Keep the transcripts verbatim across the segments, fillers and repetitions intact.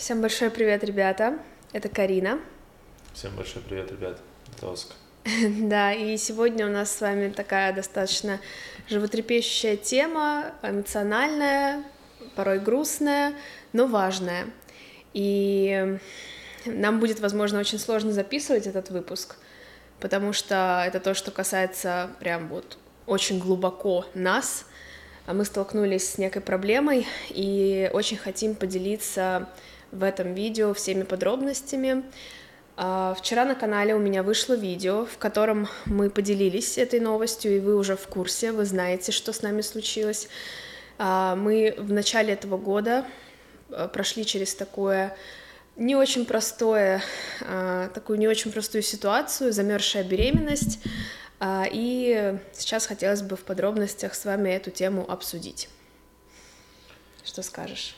Всем большой привет, ребята. Это Карина. Всем большой привет, ребят. Это Оскар. Да, и сегодня у нас с вами такая достаточно животрепещущая тема, эмоциональная, порой грустная, но важная. И нам будет, возможно, очень сложно записывать этот выпуск, потому что это то, что касается прям вот очень глубоко нас. Мы столкнулись с некой проблемой и очень хотим поделиться в этом видео всеми подробностями. Вчера на канале у меня вышло видео, в котором мы поделились этой новостью, и вы уже в курсе, вы знаете, что с нами случилось. Мы в начале этого года прошли через такое не очень простое, такую не очень простую ситуацию, замерзшая беременность, и сейчас хотелось бы в подробностях с вами эту тему обсудить. Что скажешь?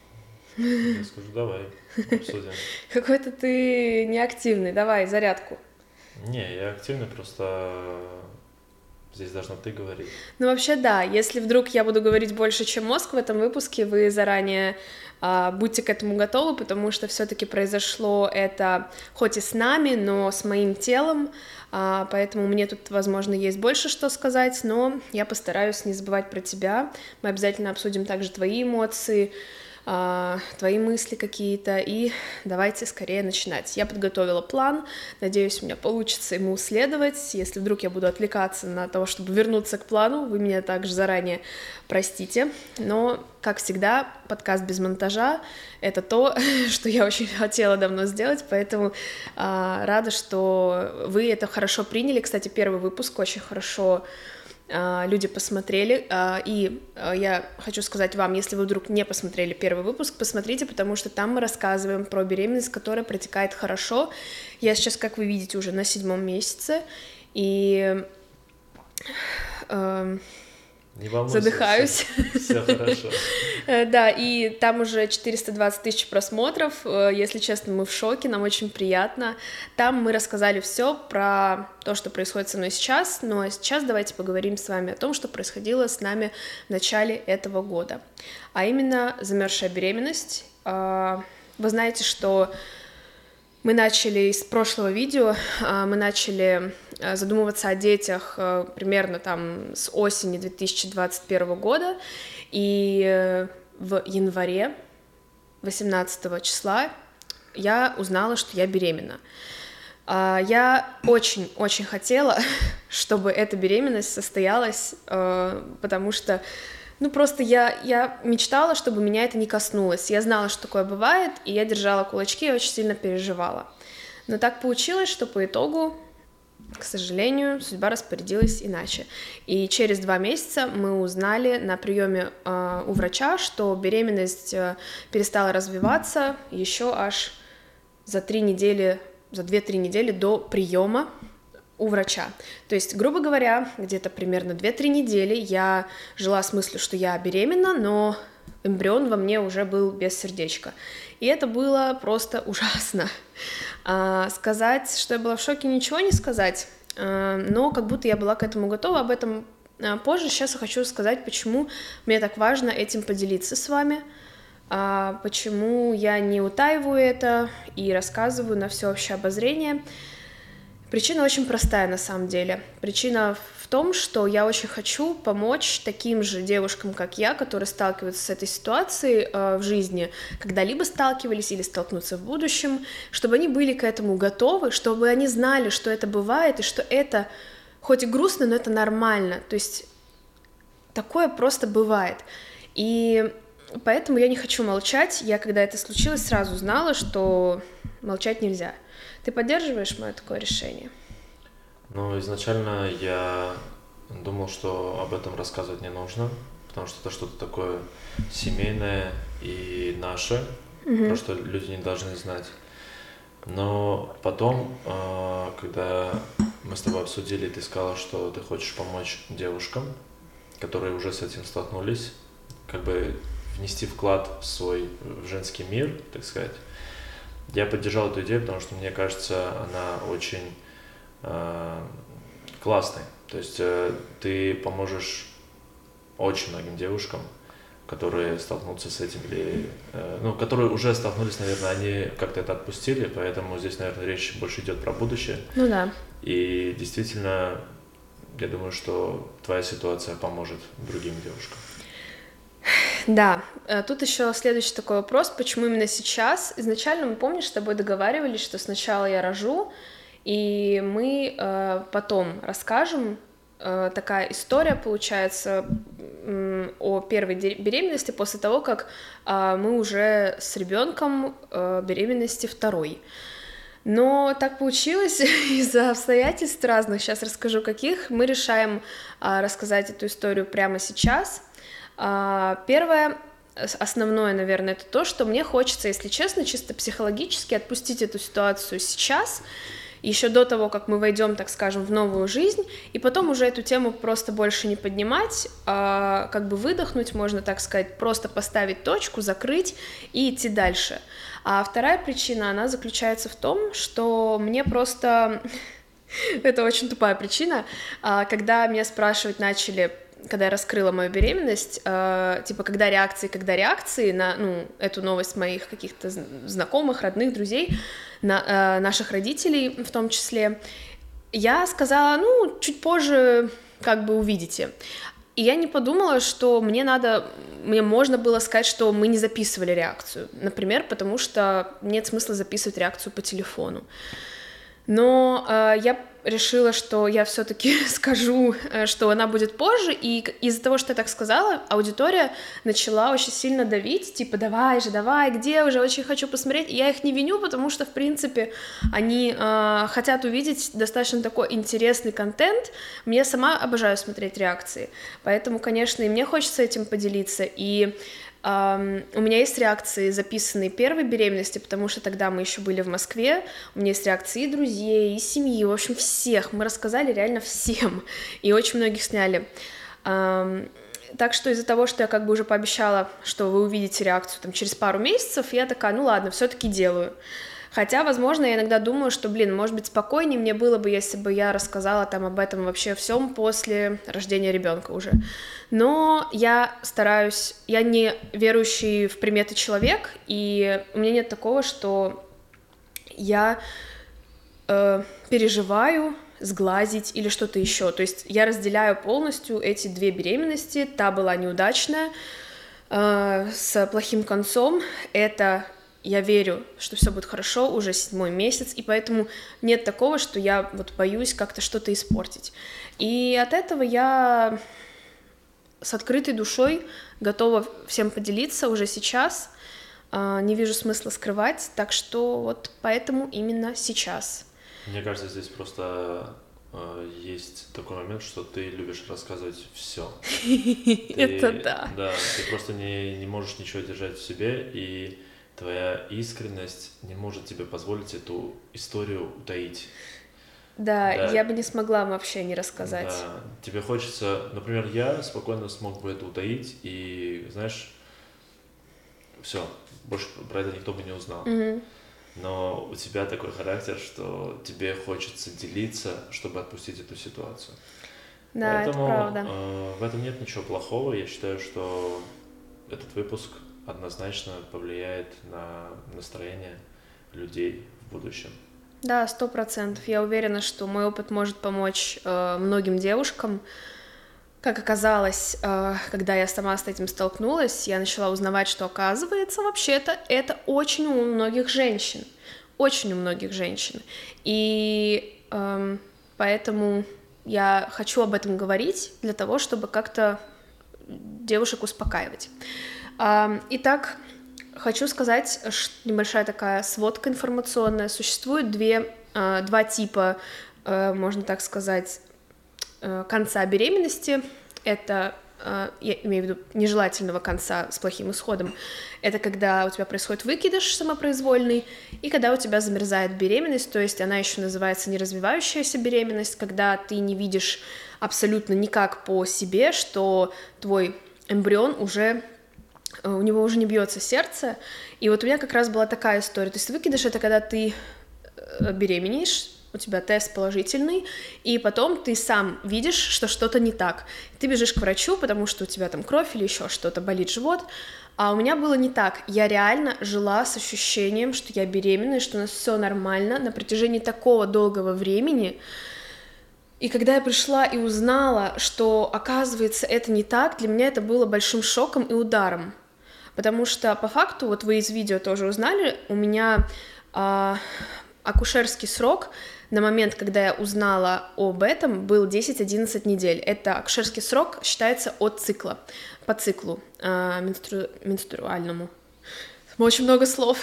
Я скажу, давай, обсудим. Какой-то ты неактивный, давай, зарядку. Не, я активный, просто здесь должна ты говорить. Ну, вообще, да, если вдруг я буду говорить больше, чем мозг в этом выпуске, вы заранее а, будьте к этому готовы, потому что все-таки произошло это хоть и с нами, но с моим телом, а, поэтому мне тут, возможно, есть больше что сказать, но я постараюсь не забывать про тебя. Мы обязательно обсудим также твои эмоции, твои мысли какие-то, и давайте скорее начинать. Я подготовила план, надеюсь, у меня получится ему следовать. Если вдруг я буду отвлекаться на то, чтобы вернуться к плану, вы меня также заранее простите, но, как всегда, подкаст без монтажа — это то, что я очень хотела давно сделать, поэтому а, рада, что вы это хорошо приняли. Кстати, первый выпуск очень хорошо люди посмотрели, и я хочу сказать вам, если вы вдруг не посмотрели первый выпуск, посмотрите, потому что там мы рассказываем про беременность, которая протекает хорошо. Я сейчас, как вы видите, уже на седьмом месяце, и э, не волнуйся, задыхаюсь. Все, все хорошо. Да, и там уже четыреста двадцать тысяч просмотров, если честно, мы в шоке, нам очень приятно. Там мы рассказали все про то, что происходит со мной сейчас, но сейчас давайте поговорим с вами о том, что происходило с нами в начале этого года, а именно замерзшая беременность. Вы знаете, что мы начали из прошлого видео, мы начали задумываться о детях примерно там с осени две тысячи двадцать первого года, и в январе восемнадцатого числа я узнала, что я беременна. Я очень-очень хотела, чтобы эта беременность состоялась, потому что Ну, просто я, я мечтала, чтобы меня это не коснулось. Я знала, что такое бывает, и я держала кулачки и очень сильно переживала. Но так получилось, что по итогу, к сожалению, судьба распорядилась иначе. И через два месяца мы узнали на приеме э, у врача, что беременность э, перестала развиваться еще аж за три недели, за две-три недели до приема у врача. То есть, грубо говоря, где-то примерно две-три недели я жила с мыслью, что я беременна, но эмбрион во мне уже был без сердечка. И это было просто ужасно. А, сказать, что я была в шоке, ничего не сказать, а, но как будто я была к этому готова. Об этом а, позже. Сейчас я хочу сказать, почему мне так важно этим поделиться с вами, а, почему я не утаиваю это и рассказываю на всеобщее обозрение. Причина очень простая на самом деле. Причина в том, что я очень хочу помочь таким же девушкам, как я, которые сталкиваются с этой ситуацией э, в жизни, когда-либо сталкивались или столкнутся в будущем, чтобы они были к этому готовы, чтобы они знали, что это бывает, и что это хоть и грустно, но это нормально. То есть такое просто бывает. И поэтому я не хочу молчать. Я, когда это случилось, сразу знала, что молчать нельзя. Ты поддерживаешь мое такое решение? Ну, изначально я думал, что об этом рассказывать не нужно, потому что это что-то такое семейное и наше, mm-hmm. про что люди не должны знать. Но потом, когда мы с тобой обсудили, ты сказала, что ты хочешь помочь девушкам, которые уже с этим столкнулись, как бы внести вклад в свой в женский мир, так сказать. Я поддержал эту идею, потому что мне кажется, она очень э, классной. То есть э, ты поможешь очень многим девушкам, которые столкнутся с этим, или, э, ну, которые уже столкнулись, наверное, они как-то это отпустили, поэтому здесь, наверное, речь больше идет про будущее. Ну да. И действительно, я думаю, что твоя ситуация поможет другим девушкам. Да, тут еще следующий такой вопрос, почему именно сейчас? Изначально мы, помнишь, с тобой договаривались, что сначала я рожу, и мы э, потом расскажем. Э, такая история, получается, э, о первой беременности после того, как э, мы уже с ребенком э, беременности второй. Но так получилось из-за обстоятельств разных, сейчас расскажу каких, мы решаем э, рассказать эту историю прямо сейчас. Первое, основное, наверное, это то, что мне хочется, если честно, чисто психологически отпустить эту ситуацию сейчас, еще до того, как мы войдем, так скажем, в новую жизнь, и потом уже эту тему просто больше не поднимать, а как бы выдохнуть, можно так сказать, просто поставить точку, закрыть и идти дальше. А вторая причина, она заключается в том, что мне просто... Это очень тупая причина, когда меня спрашивать начали... когда я раскрыла мою беременность, э, типа, когда реакции, когда реакции на, ну, эту новость моих каких-то знакомых, родных, друзей, на, э, наших родителей в том числе, я сказала, ну, чуть позже, как бы, увидите. И я не подумала, что мне надо, мне можно было сказать, что мы не записывали реакцию, например, потому что нет смысла записывать реакцию по телефону. Но э, я решила, что я все-таки скажу, что она будет позже, и из-за того, что я так сказала, аудитория начала очень сильно давить, типа, давай же, давай, где уже, очень хочу посмотреть, и я их не виню, потому что, в принципе, они э, хотят увидеть достаточно такой интересный контент, мне сама обожаю смотреть реакции, поэтому, конечно, и мне хочется этим поделиться, и Um, у меня есть реакции, записанные первой беременности, потому что тогда мы еще были в Москве, у меня есть реакции и друзей, и семьи, в общем, всех, мы рассказали реально всем, и очень многих сняли. Um, так что из-за того, что я как бы уже пообещала, что вы увидите реакцию там, через пару месяцев, я такая, ну ладно, все-таки делаю. Хотя, возможно, я иногда думаю, что, блин, может быть, спокойнее мне было бы, если бы я рассказала там об этом вообще всем после рождения ребенка уже. Но я стараюсь, я не верующий в приметы человек, и у меня нет такого, что я э, переживаю сглазить или что-то еще. То есть я разделяю полностью эти две беременности. Та была неудачная, э, с плохим концом. Это... Я верю, что все будет хорошо, уже седьмой месяц, и поэтому нет такого, что я вот боюсь как-то что-то испортить. И от этого я с открытой душой готова всем поделиться уже сейчас, не вижу смысла скрывать, так что вот поэтому именно сейчас. Мне кажется, здесь просто э, есть такой момент, что ты любишь рассказывать все. Это да. Да, ты просто не, не можешь ничего держать в себе, и твоя искренность не может тебе позволить эту историю утаить. Да, Да, я бы не смогла вообще не рассказать. Да, тебе хочется, например, я спокойно смог бы это утаить, и, знаешь, все, больше про это никто бы не узнал. Mm-hmm. Но у тебя такой характер, что тебе хочется делиться, чтобы отпустить эту ситуацию. Да, Поэтому, это правда. Э, в этом нет ничего плохого. Я считаю, что этот выпуск однозначно повлияет на настроение людей в будущем. Да, сто процентов. Я уверена, что мой опыт может помочь э, многим девушкам. Как оказалось, э, когда я сама с этим столкнулась, я начала узнавать, что, оказывается, вообще-то это очень у многих женщин. Очень у многих женщин. И э, поэтому я хочу об этом говорить для того, чтобы как-то девушек успокаивать. Э, итак, хочу сказать, что небольшая такая сводка информационная. Существует две, э, два типа, э, можно так сказать, э, конца беременности. Это, э, я имею в виду, нежелательного конца с плохим исходом. Это когда у тебя происходит выкидыш самопроизвольный, и когда у тебя замерзает беременность, то есть она еще называется неразвивающаяся беременность, когда ты не видишь абсолютно никак по себе, что твой эмбрион уже... у него уже не бьется сердце, и вот у меня как раз была такая история, то есть выкидыш — это когда ты беременеешь, у тебя тест положительный, и потом ты сам видишь, что что-то не так. Ты бежишь к врачу, потому что у тебя там кровь или еще что-то, болит живот, а у меня было не так. Я реально жила с ощущением, что я беременна, что у нас все нормально на протяжении такого долгого времени. И когда я пришла и узнала, что, оказывается, это не так, для меня это было большим шоком и ударом. Потому что, по факту, вот вы из видео тоже узнали, у меня а, акушерский срок на момент, когда я узнала об этом, был десять-одиннадцать недель. Это акушерский срок считается от цикла, по циклу а, менстру... менструальному. Очень много слов.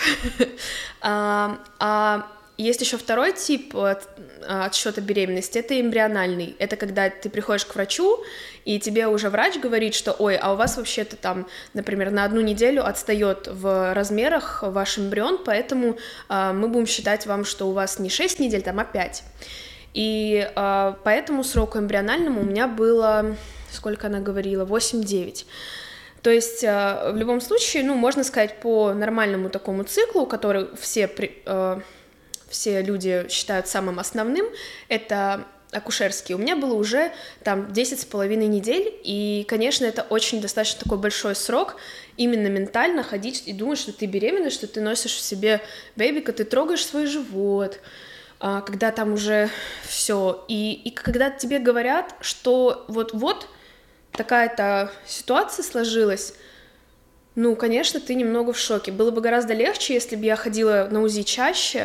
а, а Есть еще второй тип отсчета беременности, это эмбриональный. Это когда ты приходишь к врачу, и тебе уже врач говорит, что, ой, а у вас вообще-то там, например, на одну неделю отстает в размерах ваш эмбрион, поэтому э, мы будем считать вам, что у вас не шесть недель, там, а пять. И э, по этому сроку эмбриональному у меня было, сколько она говорила, восемь-девять. То есть э, в любом случае, ну, можно сказать, по нормальному такому циклу, который все... Э, все люди считают самым основным, это акушерский. У меня было уже там десять с половиной недель, и, конечно, это очень достаточно такой большой срок именно ментально ходить и думать, что ты беременна, что ты носишь в себе бэбика, ты трогаешь свой живот, когда там уже все. И, и когда тебе говорят, что вот-вот такая-то ситуация сложилась, ну, конечно, ты немного в шоке. Было бы гораздо легче, если бы я ходила на УЗИ чаще,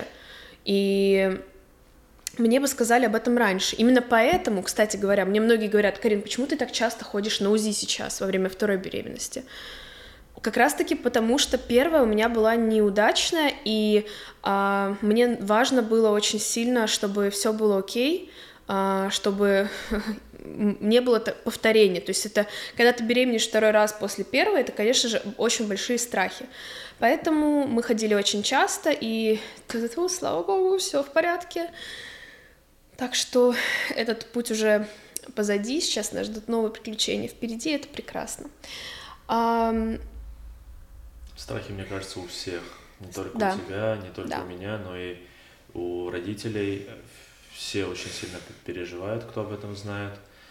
и мне бы сказали об этом раньше. Именно поэтому, кстати говоря, мне многие говорят: Карин, почему ты так часто ходишь на УЗИ сейчас, во время второй беременности? Как раз-таки потому, что первая у меня была неудачная, и а, мне важно было очень сильно, чтобы все было окей, а, чтобы не было повторения. То есть это, когда ты беременеешь второй раз после первой, это, конечно же, очень большие страхи. Поэтому мы ходили очень часто, и, слава богу, все в порядке. Так что этот путь уже позади, сейчас нас ждут новые приключения впереди, это прекрасно. А... Страхи, мне кажется, у всех. Не только да. у тебя, не только да. у меня, но и у родителей. Все очень сильно переживают, кто об этом знает.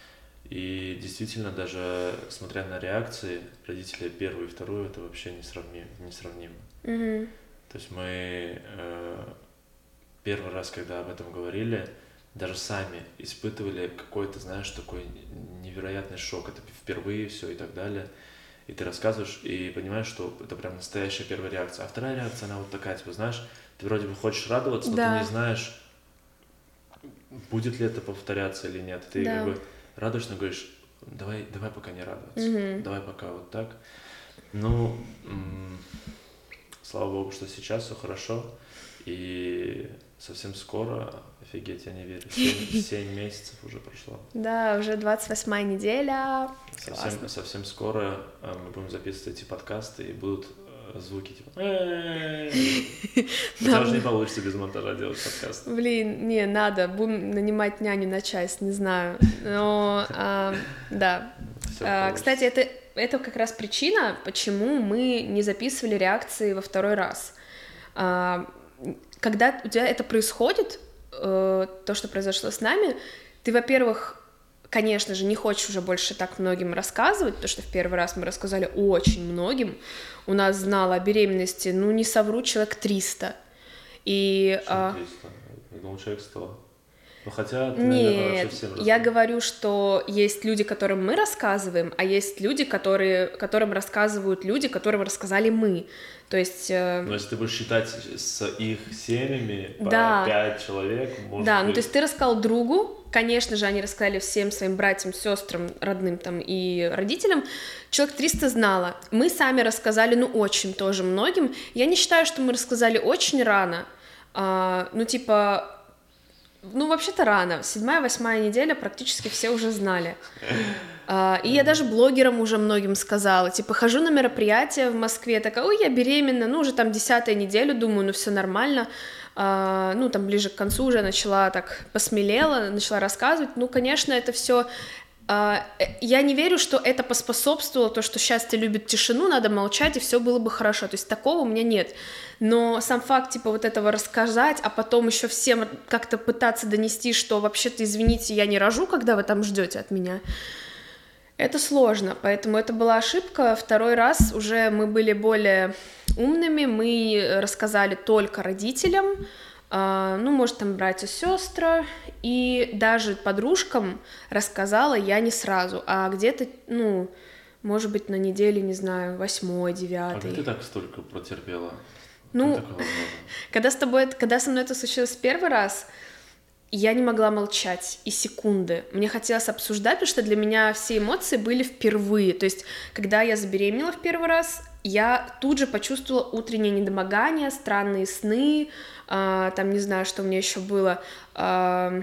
И действительно, даже смотря на реакции родителей первую и вторую, это вообще несравнимо. несравнимо. Mm-hmm. То есть мы э, первый раз, когда об этом говорили, даже сами испытывали какой-то, знаешь, такой невероятный шок. Это впервые все и так далее. И ты рассказываешь и понимаешь, что это прям настоящая первая реакция. А вторая реакция, она вот такая, типа, знаешь, ты вроде бы хочешь радоваться, но да. ты не знаешь, будет ли это повторяться или нет. Ты да. как бы радуешься, но говоришь: давай, давай пока не радоваться, mm-hmm. давай пока вот так. Ну, м- слава богу, что сейчас все хорошо, и совсем скоро, офигеть, я не верю, семь месяцев уже прошло. Да, уже двадцать восьмая неделя. Совсем, совсем скоро мы будем записывать эти подкасты, и будут звуки типа... Хотя уже не получится без монтажа делать подкаст. Блин, не, надо, будем нанимать няню на час, не знаю, но а, да. А, кстати, это, это как раз причина, почему мы не записывали реакции во второй раз. А, когда у тебя это происходит, э, то, что произошло с нами, ты, во-первых, конечно же, не хочешь уже больше так многим рассказывать, потому что в первый раз мы рассказали очень многим. У нас знало о беременности, ну, не совру, человек триста. И, а... триста? Я думал, человек сто. Ну, хотя, ты, нет, наверное, всем рассказываешь. Я говорю, что есть люди, которым мы рассказываем, а есть люди, которые, которым рассказывают люди, которым рассказали мы. То есть... Э... Но если ты будешь считать с их семьями по да. пять человек, может Да, быть... ну то есть ты рассказал другу, конечно же, они рассказали всем своим братьям, сестрам, родным там и родителям. Человек триста знало. Мы сами рассказали, ну, очень тоже многим. Я не считаю, что мы рассказали очень рано. А, ну, типа... Ну, вообще-то рано. Седьмая, восьмая неделя практически все уже знали. Uh, и я даже блогерам уже многим сказала, типа, хожу на мероприятие в Москве, такая: ой, я беременна, ну, уже там десятая неделя, думаю, ну, все нормально, uh, ну, там ближе к концу уже начала так, посмелела, начала рассказывать, ну, конечно, это все Я не верю, что это поспособствовало, то, что счастье любит тишину, надо молчать, и все было бы хорошо. То есть такого у меня нет. Но сам факт, типа, вот этого рассказать, а потом еще всем как-то пытаться донести, что вообще-то, извините, я не рожу, когда вы там ждете от меня, это сложно. Поэтому это была ошибка. Второй раз уже мы были более умными, мы рассказали только родителям, ну, может, там братья, сестры, и даже подружкам рассказала я не сразу, а где-то, ну, может быть, на неделе, не знаю, восьмой, девятый. А как ты так столько протерпела? Ну, когда с тобой, когда со мной это случилось в первый раз, я не могла молчать и секунды. Мне хотелось обсуждать, потому что для меня все эмоции были впервые. То есть, когда я забеременела в первый раз, я тут же почувствовала утреннее недомогание, странные сны, э, там, не знаю, что у меня еще было. Э,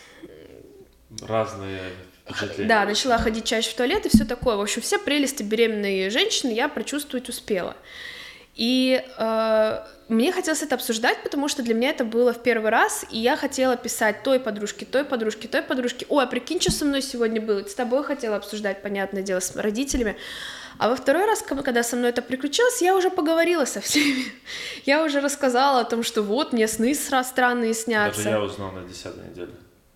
Разные впечатления. Да, начала ходить чаще в туалет и все такое. В общем, все прелести беременной женщины я прочувствовать успела. И э, мне хотелось это обсуждать, потому что для меня это было в первый раз, и я хотела писать той подружке, той подружке, той подружке. Ой, а прикинь, что со мной сегодня было? С тобой хотела обсуждать, понятное дело, с родителями. А во второй раз, когда со мной это приключилось, я уже поговорила со всеми. Я уже рассказала о том, что вот, мне сны странные снятся. Даже я узнал на десятой неделе.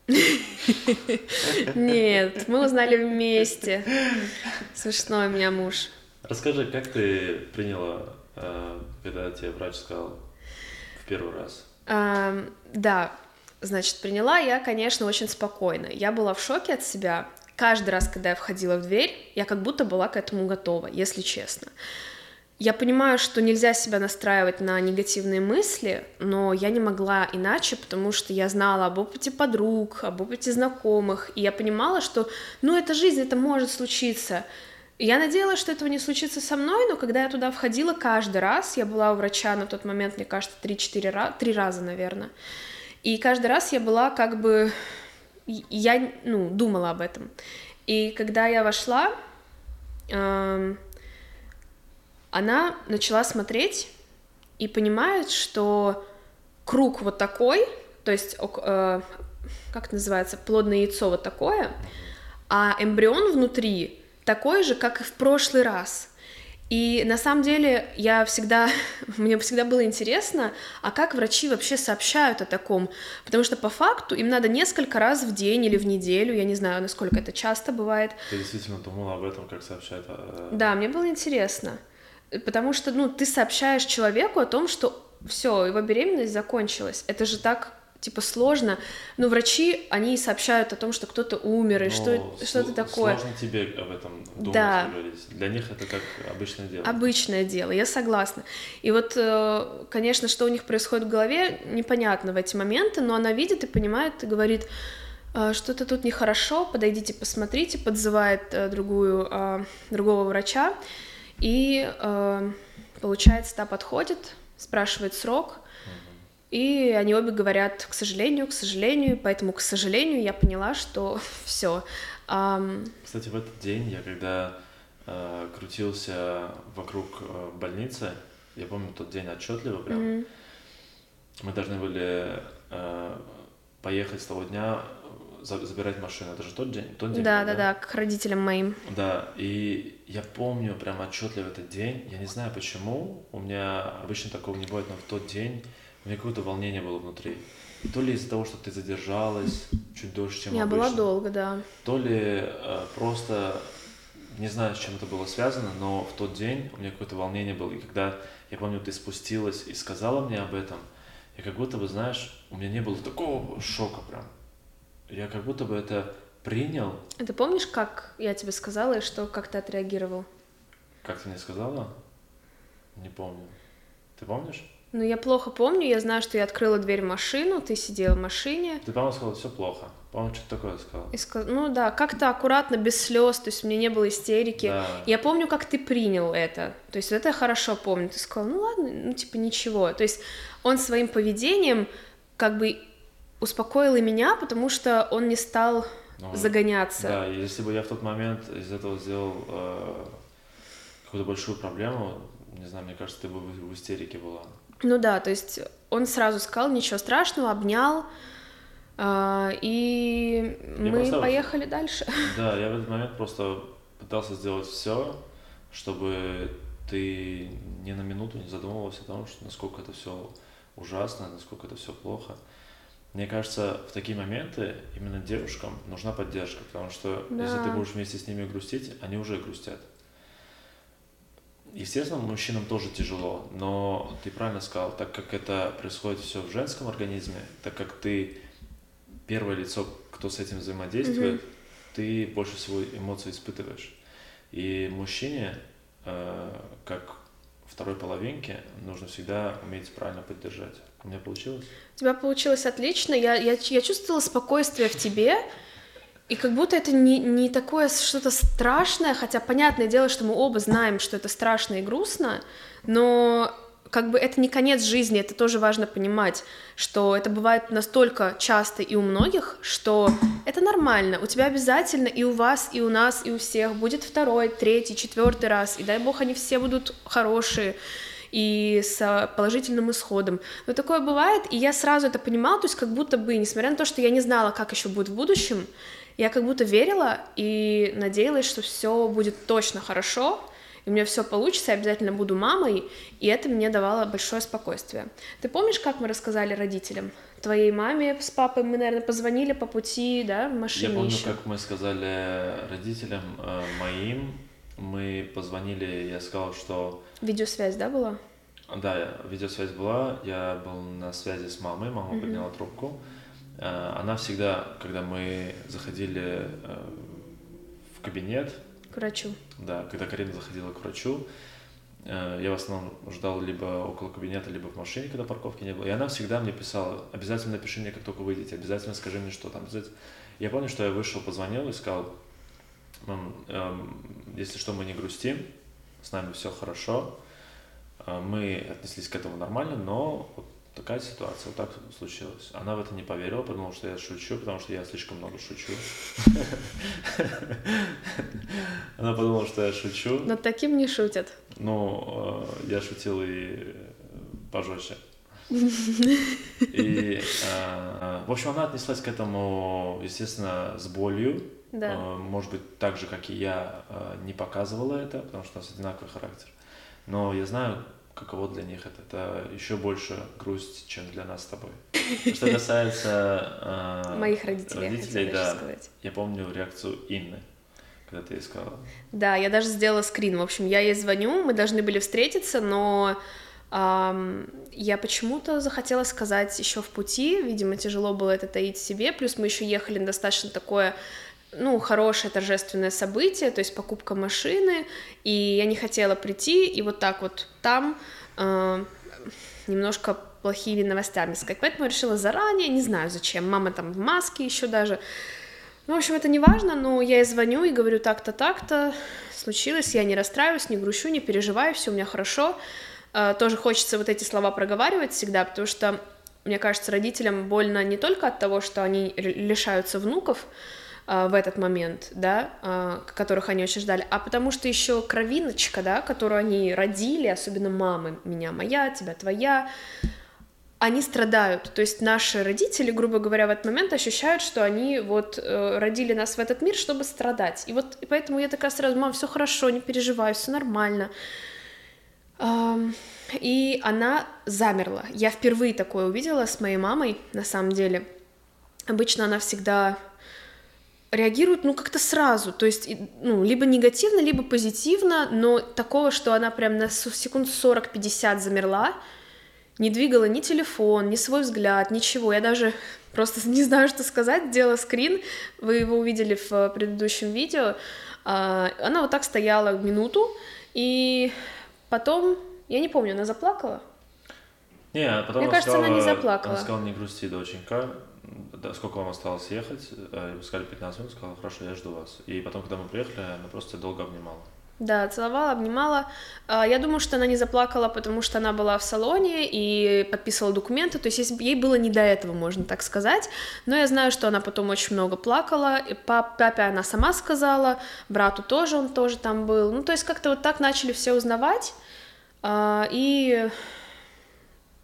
Нет, мы узнали вместе. Смешной у меня муж. Расскажи, как ты приняла, когда тебе врач сказал в первый раз? А, да, значит, приняла я, конечно, очень спокойно. Я была в шоке от себя. Каждый раз, когда я входила в дверь, я как будто была к этому готова, если честно. Я понимаю, что нельзя себя настраивать на негативные мысли, но я не могла иначе, потому что я знала об опыте подруг, об опыте знакомых, и я понимала, что, ну, это жизнь, это может случиться. Я надеялась, что этого не случится со мной, но когда я туда входила каждый раз, я была у врача на тот момент, мне кажется, три-четыре раза, три раза, наверное, и каждый раз я была как бы... Я, ну, думала об этом. И когда я вошла, э, она начала смотреть и понимает, что круг вот такой, то есть, э, как это называется, плодное яйцо вот такое, а эмбрион внутри такой же, как и в прошлый раз. И на самом деле я всегда, мне всегда было интересно, а как врачи вообще сообщают о таком, потому что по факту им надо несколько раз в день или в неделю, я не знаю, насколько это часто бывает. Ты действительно думала об этом, как сообщают? О... Да, мне было интересно, потому что, ну, ты сообщаешь человеку о том, что все, его беременность закончилась, это же так... типа сложно, но врачи, они сообщают о том, что кто-то умер, и что, сл- что-то такое. Сложно тебе об этом думать, да. говорить. Для них это как обычное дело. Обычное дело, я согласна. И вот, конечно, что у них происходит в голове, непонятно в эти моменты, но она видит и понимает, и говорит, что-то тут нехорошо, подойдите, посмотрите, подзывает другую, другого врача, и, получается, та подходит, спрашивает срок, и они обе говорят, к сожалению, к сожалению, поэтому, к сожалению, я поняла, что все. Кстати, в этот день я, когда э, крутился вокруг э, больницы, я помню тот день отчетливо прям, mm-hmm. мы должны были э, поехать с того дня, за, забирать машину. Это же тот день? Тот день да, был, да, да, к родителям моим. Да, и я помню прям отчетливо этот день, я не знаю почему, у меня обычно такого не бывает, но в тот день у меня какое-то волнение было внутри. И то ли из-за того, что ты задержалась чуть дольше, чем я обычно. Я была долго, да. То ли э, просто, не знаю, с чем это было связано, но в тот день у меня какое-то волнение было. И когда, я помню, ты спустилась и сказала мне об этом, я как будто бы, знаешь, у меня не было такого шока прям. Я как будто бы это принял. А ты помнишь, как я тебе сказала и что, как ты отреагировал? Как ты мне сказала? Не помню. Ты помнишь? Ну, я плохо помню, я знаю, что я открыла дверь в машину, ты сидела в машине. Ты, по-моему, сказала, все плохо. По-моему, что-то такое сказала. И сказ... Ну да, как-то аккуратно, без слез, то есть у меня не было истерики. Да. Я помню, как ты принял это, то есть это я хорошо помню. Ты сказал, ну ладно, ну типа ничего. То есть он своим поведением как бы успокоил и меня, потому что он не стал ну, загоняться. Да, и если бы я в тот момент из этого сделал э, какую-то большую проблему, не знаю, мне кажется, ты бы в, в истерике была. Ну да, то есть он сразу сказал, ничего страшного, обнял, И я мы просто... поехали дальше. Да, я в этот момент просто пытался сделать все, чтобы ты ни на минуту не задумывался о том, что насколько это все ужасно, насколько это все плохо. Мне кажется, в такие моменты именно девушкам нужна поддержка, потому что да. Если ты будешь вместе с ними грустить, они уже грустят. Естественно, мужчинам тоже тяжело, но ты правильно сказал, так как это происходит все в женском организме, так как ты первое лицо, кто с этим взаимодействует, mm-hmm. ты больше всего эмоций испытываешь. И мужчине, э, как второй половинке, нужно всегда уметь правильно поддержать. У меня получилось? У тебя получилось отлично. Я, я, я чувствовала спокойствие в тебе, и как будто это не, не такое что-то страшное, хотя понятное дело, что мы оба знаем, что это страшно и грустно, но как бы это не конец жизни, это тоже важно понимать, что это бывает настолько часто и у многих, что это нормально. У тебя обязательно и у вас, и у нас, и у всех будет второй, третий, четвертый раз, и дай бог они все будут хорошие и с положительным исходом. Но такое бывает, и я сразу это понимала, то есть как будто бы, несмотря на то, что я не знала, как еще будет в будущем, я как будто верила и надеялась, что все будет точно хорошо, и у меня все получится, я обязательно буду мамой, и это мне давало большое спокойствие. Ты помнишь, как мы рассказали родителям? Твоей маме с папой мы, наверное, позвонили по пути, да, в машине. Я помню, еще. Как мы сказали родителям э, моим, мы позвонили, я сказал, что... Видеосвязь, да, была? Да, видеосвязь была, я был на связи с мамой, мама mm-hmm. подняла трубку. Э, она всегда, когда мы заходили э, в кабинет... К врачу. Да, когда Карина заходила к врачу, э, я в основном ждал либо около кабинета, либо в машине, когда парковки не было. И она всегда мне писала: обязательно напиши мне, как только выйдете, обязательно скажи мне, что там. Я помню, что я вышел, позвонил и сказал: мам, э, если что, мы не грустим, с нами все хорошо. Э, мы отнеслись к этому нормально, но вот такая ситуация, вот так случилось. Она в это не поверила, подумала, что я шучу, потому что я слишком много шучу. Она подумала, что я шучу. Над таким не шутят. Ну, я шутил и пожестче. И, в общем, она отнеслась к этому, естественно, с болью. Да. Может быть, так же, как и я, не показывала это, потому что у нас одинаковый характер. Но я знаю, каково для них это. Это еще больше грусть, чем для нас с тобой. Что касается э, моих родителей, родителей я да, сказать. Я помню реакцию Инны, когда ты ей сказала. Да, я даже сделала скрин. В общем, я ей звоню, мы должны были встретиться, но эм, я почему-то захотела сказать еще в пути. Видимо, тяжело было это таить в себе. Плюс мы еще ехали на достаточно такое... ну, хорошее торжественное событие, то есть покупка машины, и я не хотела прийти, и вот так вот там э, немножко плохими новостями сказать, поэтому я решила заранее, не знаю зачем, мама там в маске еще даже, ну, в общем, это не важно, но я ей звоню и говорю: так-то, так-то случилось, я не расстраиваюсь, не грущу, не переживаю, все у меня хорошо, э, тоже хочется вот эти слова проговаривать всегда, потому что, мне кажется, родителям больно не только от того, что они лишаются внуков, в этот момент, да, которых они очень ждали, а потому что еще кровиночка, да, которую они родили, особенно мамы, меня моя, тебя твоя, они страдают, то есть наши родители, грубо говоря, в этот момент ощущают, что они вот родили нас в этот мир, чтобы страдать, и вот и поэтому я такая сразу: мам, все хорошо, не переживай, все нормально, и она замерла, я впервые такое увидела с моей мамой, на самом деле, обычно она всегда... реагирует, ну, как-то сразу, то есть, ну, либо негативно, либо позитивно, но такого, что она прям на секунд сорок-пятьдесят замерла, не двигала ни телефон, ни свой взгляд, ничего, я даже просто не знаю, что сказать, делала скрин, вы его увидели в предыдущем видео, она вот так стояла минуту, и потом, я не помню, она заплакала? Не, потом Мне она кажется, сказала, она не заплакала. Она сказала: не грусти, доченька. Да, сколько вам осталось ехать? Вы сказали пятнадцать минут, сказала: хорошо, я жду вас. И потом, когда мы приехали, она просто долго обнимала. Да, целовала, обнимала. Я думаю, что она не заплакала, потому что она была в салоне и подписывала документы, то есть ей было не до этого, можно так сказать. Но я знаю, что она потом очень много плакала. И папе она сама сказала, брату тоже, он тоже там был. Ну, то есть как-то вот так начали все узнавать. И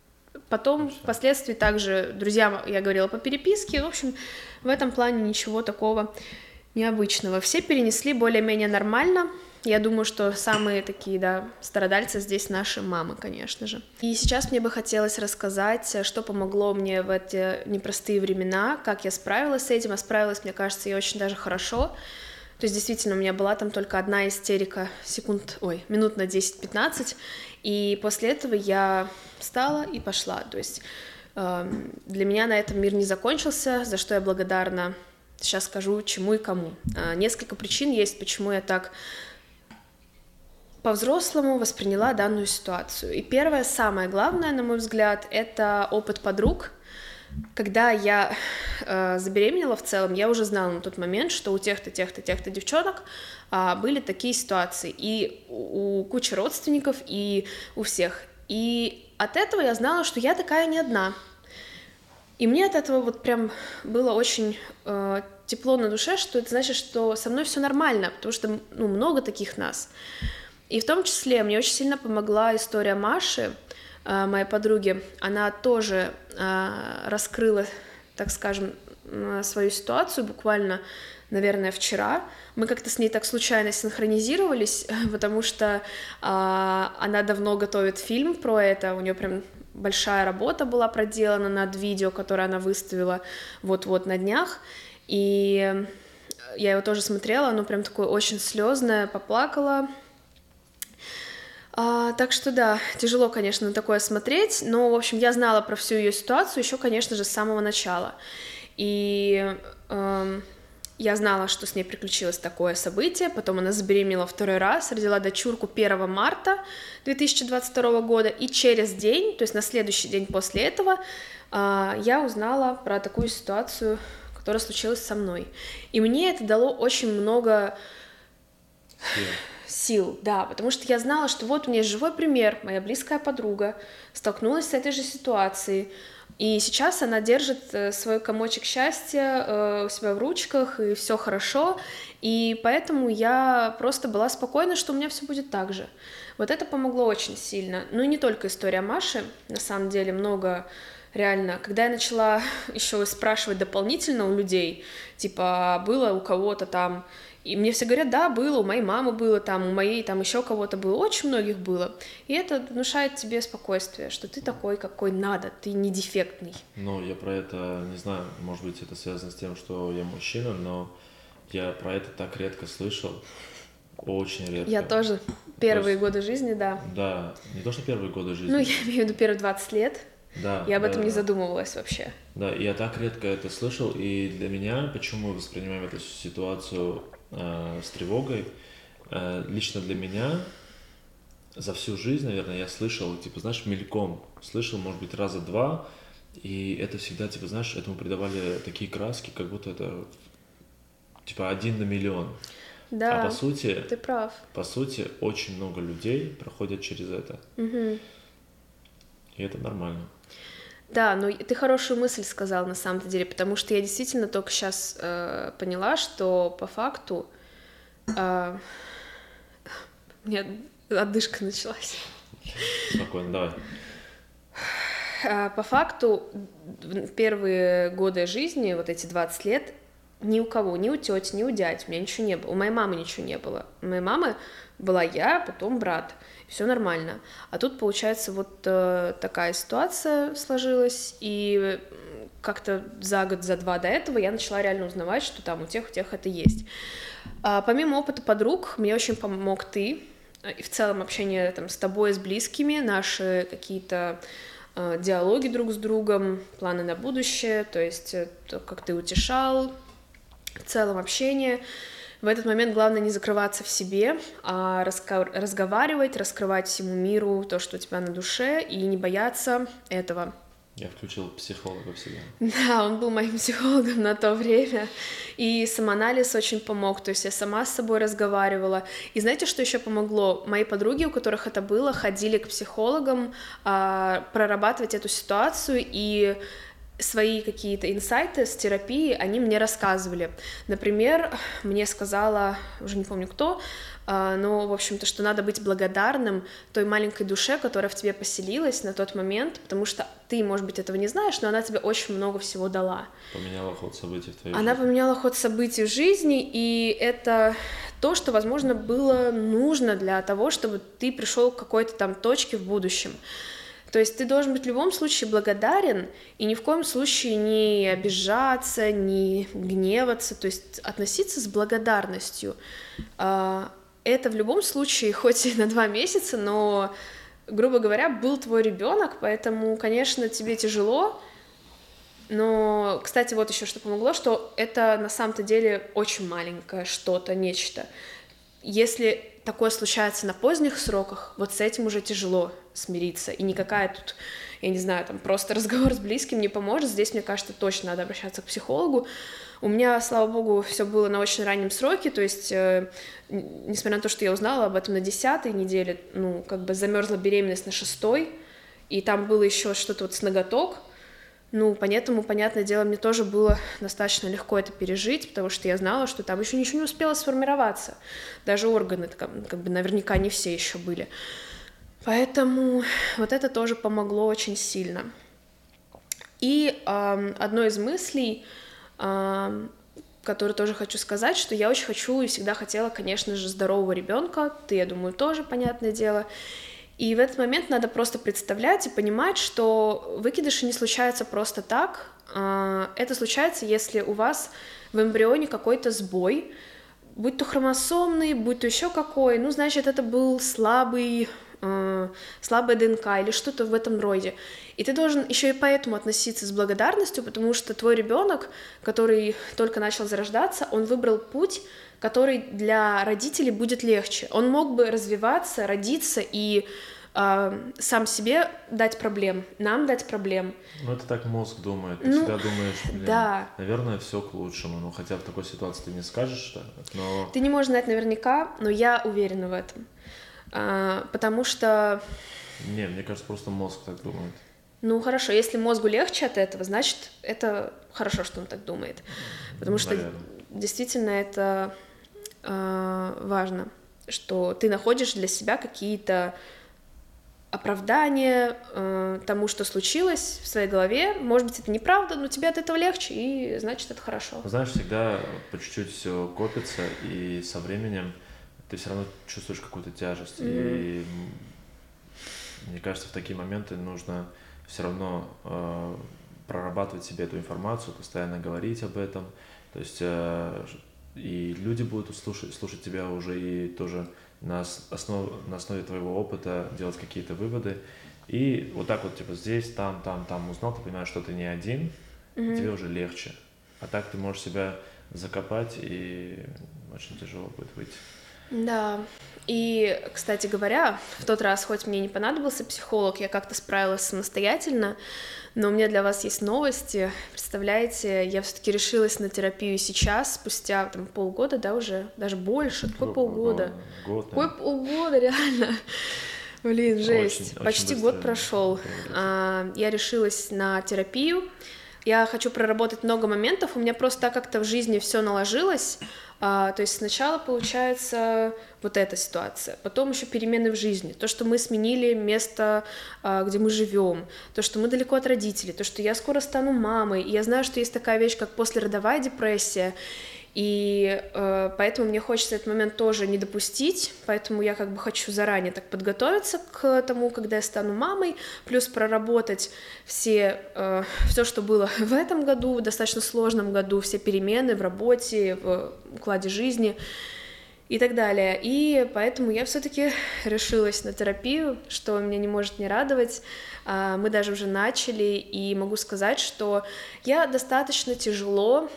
потом, Точно. впоследствии, также друзьям я говорила по переписке. В общем, в этом плане ничего такого необычного. Все перенесли более-менее нормально. Я думаю, что самые такие, да, страдальцы здесь наши мамы, конечно же. И сейчас мне бы хотелось рассказать, что помогло мне в эти непростые времена, как я справилась с этим. А справилась, мне кажется, я очень даже хорошо. То есть, действительно, у меня была там только одна истерика секунд, ой, минут на десять-пятнадцать, и после этого я встала и пошла. То есть э, для меня на этом мир не закончился, за что я благодарна. Сейчас скажу, чему и кому. Э, несколько причин есть, почему я так по-взрослому восприняла данную ситуацию. И первое, самое главное, на мой взгляд, это опыт подруг. Когда я э, забеременела в целом, я уже знала на тот момент, что у тех-то, тех-то, тех-то девчонок э, были такие ситуации. И у, у кучи родственников, и у всех. И от этого я знала, что я такая не одна. И мне от этого вот прям было очень э, тепло на душе, что это значит, что со мной все нормально, потому что, ну, много таких нас. И в том числе мне очень сильно помогла история Маши, моей подруги. Она тоже раскрыла, так скажем, свою ситуацию буквально, наверное, вчера. Мы как-то с ней так случайно синхронизировались, потому что она давно готовит фильм про это, у нее прям большая работа была проделана над видео, которое она выставила вот-вот на днях, и я его тоже смотрела, оно прям такое очень слезное, поплакала. А, так что да, тяжело, конечно, на такое смотреть, но, в общем, я знала про всю ее ситуацию еще, конечно же, с самого начала. И э, я знала, что с ней приключилось такое событие, потом она забеременела второй раз, родила дочурку первого марта две тысячи двадцать второго года, и через день, то есть на следующий день после этого, э, я узнала про такую ситуацию, которая случилась со мной. И мне это дало очень много... сил, да, потому что я знала, что вот у меня есть живой пример, моя близкая подруга столкнулась с этой же ситуацией, и сейчас она держит свой комочек счастья у себя в ручках, и все хорошо, и поэтому я просто была спокойна, что у меня все будет так же. Вот это помогло очень сильно. Ну и не только история Маши, на самом деле много реально. Когда я начала еще спрашивать дополнительно у людей, типа, было у кого-то там. И мне все говорят, да, было, у моей мамы было, там, у моей, там, еще кого-то было, очень многих было. И это внушает тебе спокойствие, что ты такой, какой надо, ты не дефектный. Ну, я про это не знаю, может быть, это связано с тем, что я мужчина, но я про это так редко слышал, очень редко. Я тоже первые То есть, годы жизни, да. Да, не то, что первые годы жизни. Ну, я имею в виду первые двадцать лет. Да, я об да, этом не да. задумывалась вообще. Да, я так редко это слышал, и для меня, почему мы воспринимаем эту ситуацию э, с тревогой, э, лично для меня за всю жизнь, наверное, я слышал, типа, знаешь, мельком, слышал, может быть, раза два, и это всегда, типа, знаешь, этому придавали такие краски, как будто это, типа, один на миллион. Да, а по сути, ты прав. По сути, очень много людей проходят через это. Угу. И это нормально. Да, ну ты хорошую мысль сказал на самом-то деле, потому что я действительно только сейчас э, поняла, что по факту э, у меня одышка началась. Спокойно, давай. Э, по факту в первые годы жизни, вот эти двадцать лет, ни у кого, ни у тети, ни у дядь у меня ничего не было, у моей мамы ничего не было. У моей мамы была я, потом брат. Все нормально. А тут, получается, вот э, такая ситуация сложилась, и как-то за год, за два до этого я начала реально узнавать, что там у тех, у тех это есть. А, помимо опыта подруг, мне очень помог ты, и в целом общение там, с тобой, с близкими, наши какие-то э, диалоги друг с другом, планы на будущее, то есть то, как ты утешал, в целом общение. В этот момент главное не закрываться в себе, а раска- разговаривать, раскрывать всему миру то, что у тебя на душе, и не бояться этого. Я включил психолога в себя. Да, он был моим психологом на то время, и самоанализ очень помог, то есть я сама с собой разговаривала. И знаете, что еще помогло? Мои подруги, у которых это было, ходили к психологам, а, прорабатывать эту ситуацию, и свои какие-то инсайты с терапии они мне рассказывали. Например, мне сказала, уже не помню кто, но, в общем-то, что надо быть благодарным той маленькой душе, которая в тебе поселилась на тот момент, потому что ты, может быть, этого не знаешь, но она тебе очень много всего дала. Поменяла ход событий в твоей она жизни. Она поменяла ход событий в жизни, и это то, что, возможно, было нужно для того, чтобы ты пришел к какой-то там точке в будущем. То есть ты должен быть в любом случае благодарен и ни в коем случае не обижаться, не гневаться, то есть относиться с благодарностью. Это в любом случае, хоть и на два месяца, но, грубо говоря, был твой ребенок, поэтому, конечно, тебе тяжело. Но, кстати, вот еще что помогло, что это на самом-то деле очень маленькое что-то, нечто. Если такое случается на поздних сроках, вот с этим уже тяжело смириться, и никакая тут, я не знаю, там просто разговор с близким не поможет. Здесь, мне кажется, точно надо обращаться к психологу. У меня, слава богу, все было на очень раннем сроке, то есть, э, несмотря на то, что я узнала об этом на десятой неделе, ну, как бы замерзла беременность на шестой, и там было еще что-то вот с ноготок. Ну, поэтому, понятное дело, мне тоже было достаточно легко это пережить, потому что я знала, что там еще ничего не успело сформироваться. Даже органы, как, как бы, наверняка не все еще были. Поэтому вот это тоже помогло очень сильно. И э, одной из мыслей, э, которую тоже хочу сказать, что я очень хочу и всегда хотела, конечно же, здорового ребенка. Ты, я думаю, тоже, понятное дело. И в этот момент надо просто представлять и понимать, что выкидыши не случаются просто так. Это случается, если у вас в эмбрионе какой-то сбой, будь то хромосомный, будь то еще какой, ну, значит, это был слабый, слабая ДНК или что-то в этом роде. И ты должен еще и поэтому относиться с благодарностью, потому что твой ребенок, который только начал зарождаться, он выбрал путь, который для родителей будет легче. Он мог бы развиваться, родиться и э, сам себе дать проблем, нам дать проблем. Ну, это так мозг думает. Ты ну, всегда думаешь, блин, да. наверное, все к лучшему. Ну, хотя в такой ситуации ты не скажешь, да, но... Ты не можешь знать наверняка, но я уверена в этом. А, потому что... Не, мне кажется, просто мозг так думает. Ну, хорошо, если мозгу легче от этого, значит, это хорошо, что он так думает. Потому что Наверное. Действительно это э, важно, что ты находишь для себя какие-то оправдания э, тому, что случилось в своей голове. Может быть, это неправда, но тебе от этого легче, и значит, это хорошо. Знаешь, всегда по чуть-чуть все копится, и со временем ты все равно чувствуешь какую-то тяжесть. Mm-hmm. И мне кажется, в такие моменты нужно все равно э, прорабатывать себе эту информацию, постоянно говорить об этом. То есть э, и люди будут слушать, слушать тебя уже и тоже на, основ, на основе твоего опыта делать какие-то выводы. И вот так вот, типа, здесь, там, там, там узнал, ты понимаешь, что ты не один, mm-hmm. и тебе уже легче. А так ты можешь себя закопать, и очень тяжело будет выйти. Да, и, кстати говоря, в тот раз, хоть мне не понадобился психолог, я как-то справилась самостоятельно, но у меня для вас есть новости. Представляете, я все-таки решилась на терапию сейчас, спустя там полгода, да, уже, даже больше, какой полгода? Год, какой полгода, реально? Блин, жесть. Очень, Почти очень год прошел. А, я решилась на терапию. Я хочу проработать много моментов. У меня просто как-то в жизни все наложилось. А, то есть сначала получается вот эта ситуация, потом еще перемены в жизни, то, что мы сменили место, а, где мы живем, то, что мы далеко от родителей, то, что я скоро стану мамой, и я знаю, что есть такая вещь, как послеродовая депрессия, и э, поэтому мне хочется этот момент тоже не допустить, поэтому я как бы хочу заранее так подготовиться к тому, когда я стану мамой, плюс проработать все, э, все, что было в этом году, в достаточно сложном году, все перемены в работе, в укладе жизни и так далее. И поэтому я все-таки решилась на терапию, что меня не может не радовать. Мы даже уже начали, и могу сказать, что я достаточно тяжело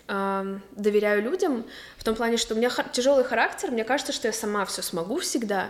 доверяю людям, в том плане, что у меня тяжелый характер, мне кажется, что я сама все смогу всегда,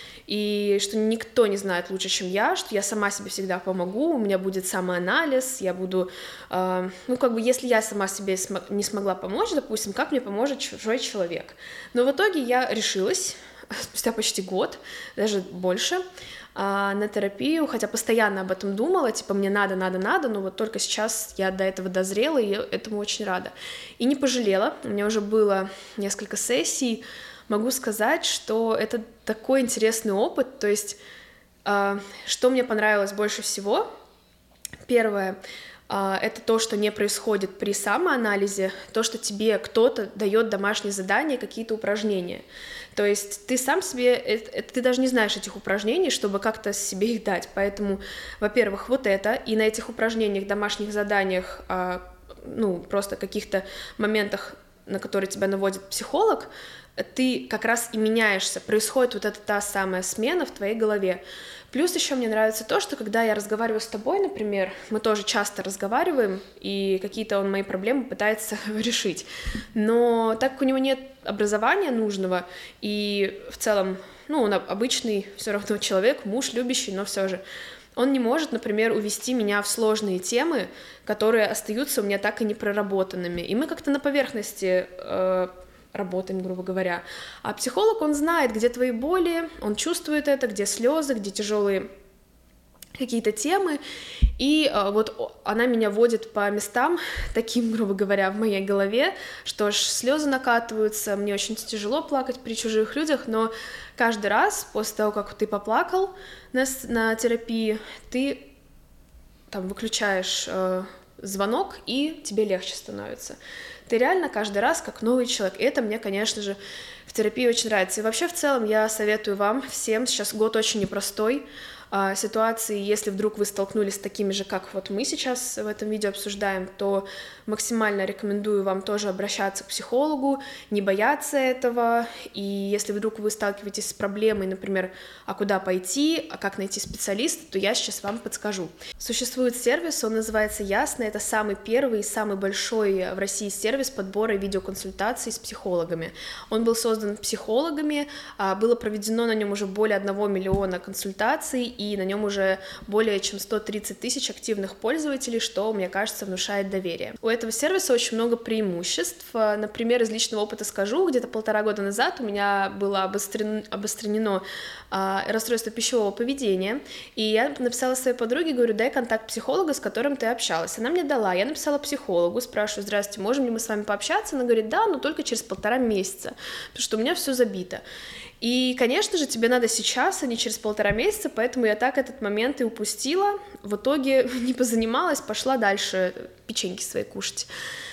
и что никто не знает лучше, чем я, что я сама себе всегда помогу, у меня будет самоанализ, я буду, э, ну, как бы, если я сама себе см- не смогла помочь, допустим, как мне поможет чужой человек. Но в итоге я решилась, спустя почти год, даже больше, а, на терапию, хотя постоянно об этом думала, типа мне надо, надо, надо, но вот только сейчас я до этого дозрела, и этому очень рада. И не пожалела, у меня уже было несколько сессий, могу сказать, что это такой интересный опыт, то есть а, что мне понравилось больше всего, первое, это то, что не происходит при самоанализе, то, что тебе кто-то дает домашние задания, какие-то упражнения. То есть ты сам себе, ты даже не знаешь этих упражнений, чтобы как-то себе их дать. Поэтому, во-первых, вот это, и на этих упражнениях, домашних заданиях, ну, просто каких-то моментах, на которые тебя наводит психолог, ты как раз и меняешься, происходит вот эта та самая смена в твоей голове. Плюс еще мне нравится то, что когда я разговариваю с тобой, например, мы тоже часто разговариваем, и какие-то он мои проблемы пытается решить, но так как у него нет образования нужного, и в целом, ну, он обычный все равно человек, муж любящий, но все же, он не может, например, увести меня в сложные темы, которые остаются у меня так и не проработанными, и мы как-то на поверхности э, работаем, грубо говоря. А психолог, он знает, где твои боли, он чувствует это, где слезы, где тяжелые какие-то темы, и э, вот она меня водит по местам, таким, грубо говоря, в моей голове, что аж слезы накатываются, мне очень тяжело плакать при чужих людях, но каждый раз после того, как ты поплакал на, на терапии, ты там выключаешь э, звонок, и тебе легче становится. Ты реально каждый раз как новый человек. И это мне, конечно же, в терапии очень нравится. И вообще, в целом, я советую вам всем, сейчас год очень непростой, ситуации, если вдруг вы столкнулись с такими же, как вот мы сейчас в этом видео обсуждаем, то максимально рекомендую вам тоже обращаться к психологу, не бояться этого, и если вдруг вы сталкиваетесь с проблемой, например, а куда пойти, а как найти специалиста, то я сейчас вам подскажу. Существует сервис, он называется Ясно, это самый первый и самый большой в России сервис подбора видеоконсультаций с психологами. Он был создан психологами, было проведено на нем уже более одного миллиона консультаций, и на нем уже более чем сто тридцать тысяч активных пользователей, что, мне кажется, внушает доверие. У этого сервиса очень много преимуществ. Например, из личного опыта скажу, где-то полтора года назад у меня было обострен... обострено а, расстройство пищевого поведения, и я написала своей подруге, говорю, дай контакт психолога, с которым ты общалась. Она мне дала, я написала психологу, спрашиваю, здравствуйте, можем ли мы с вами пообщаться? Она говорит, да, но только через полтора месяца, потому что у меня все забито. И, конечно же, тебе надо сейчас, а не через полтора месяца, поэтому я так этот момент и упустила. В итоге не позанималась, пошла дальше печеньки свои кушать.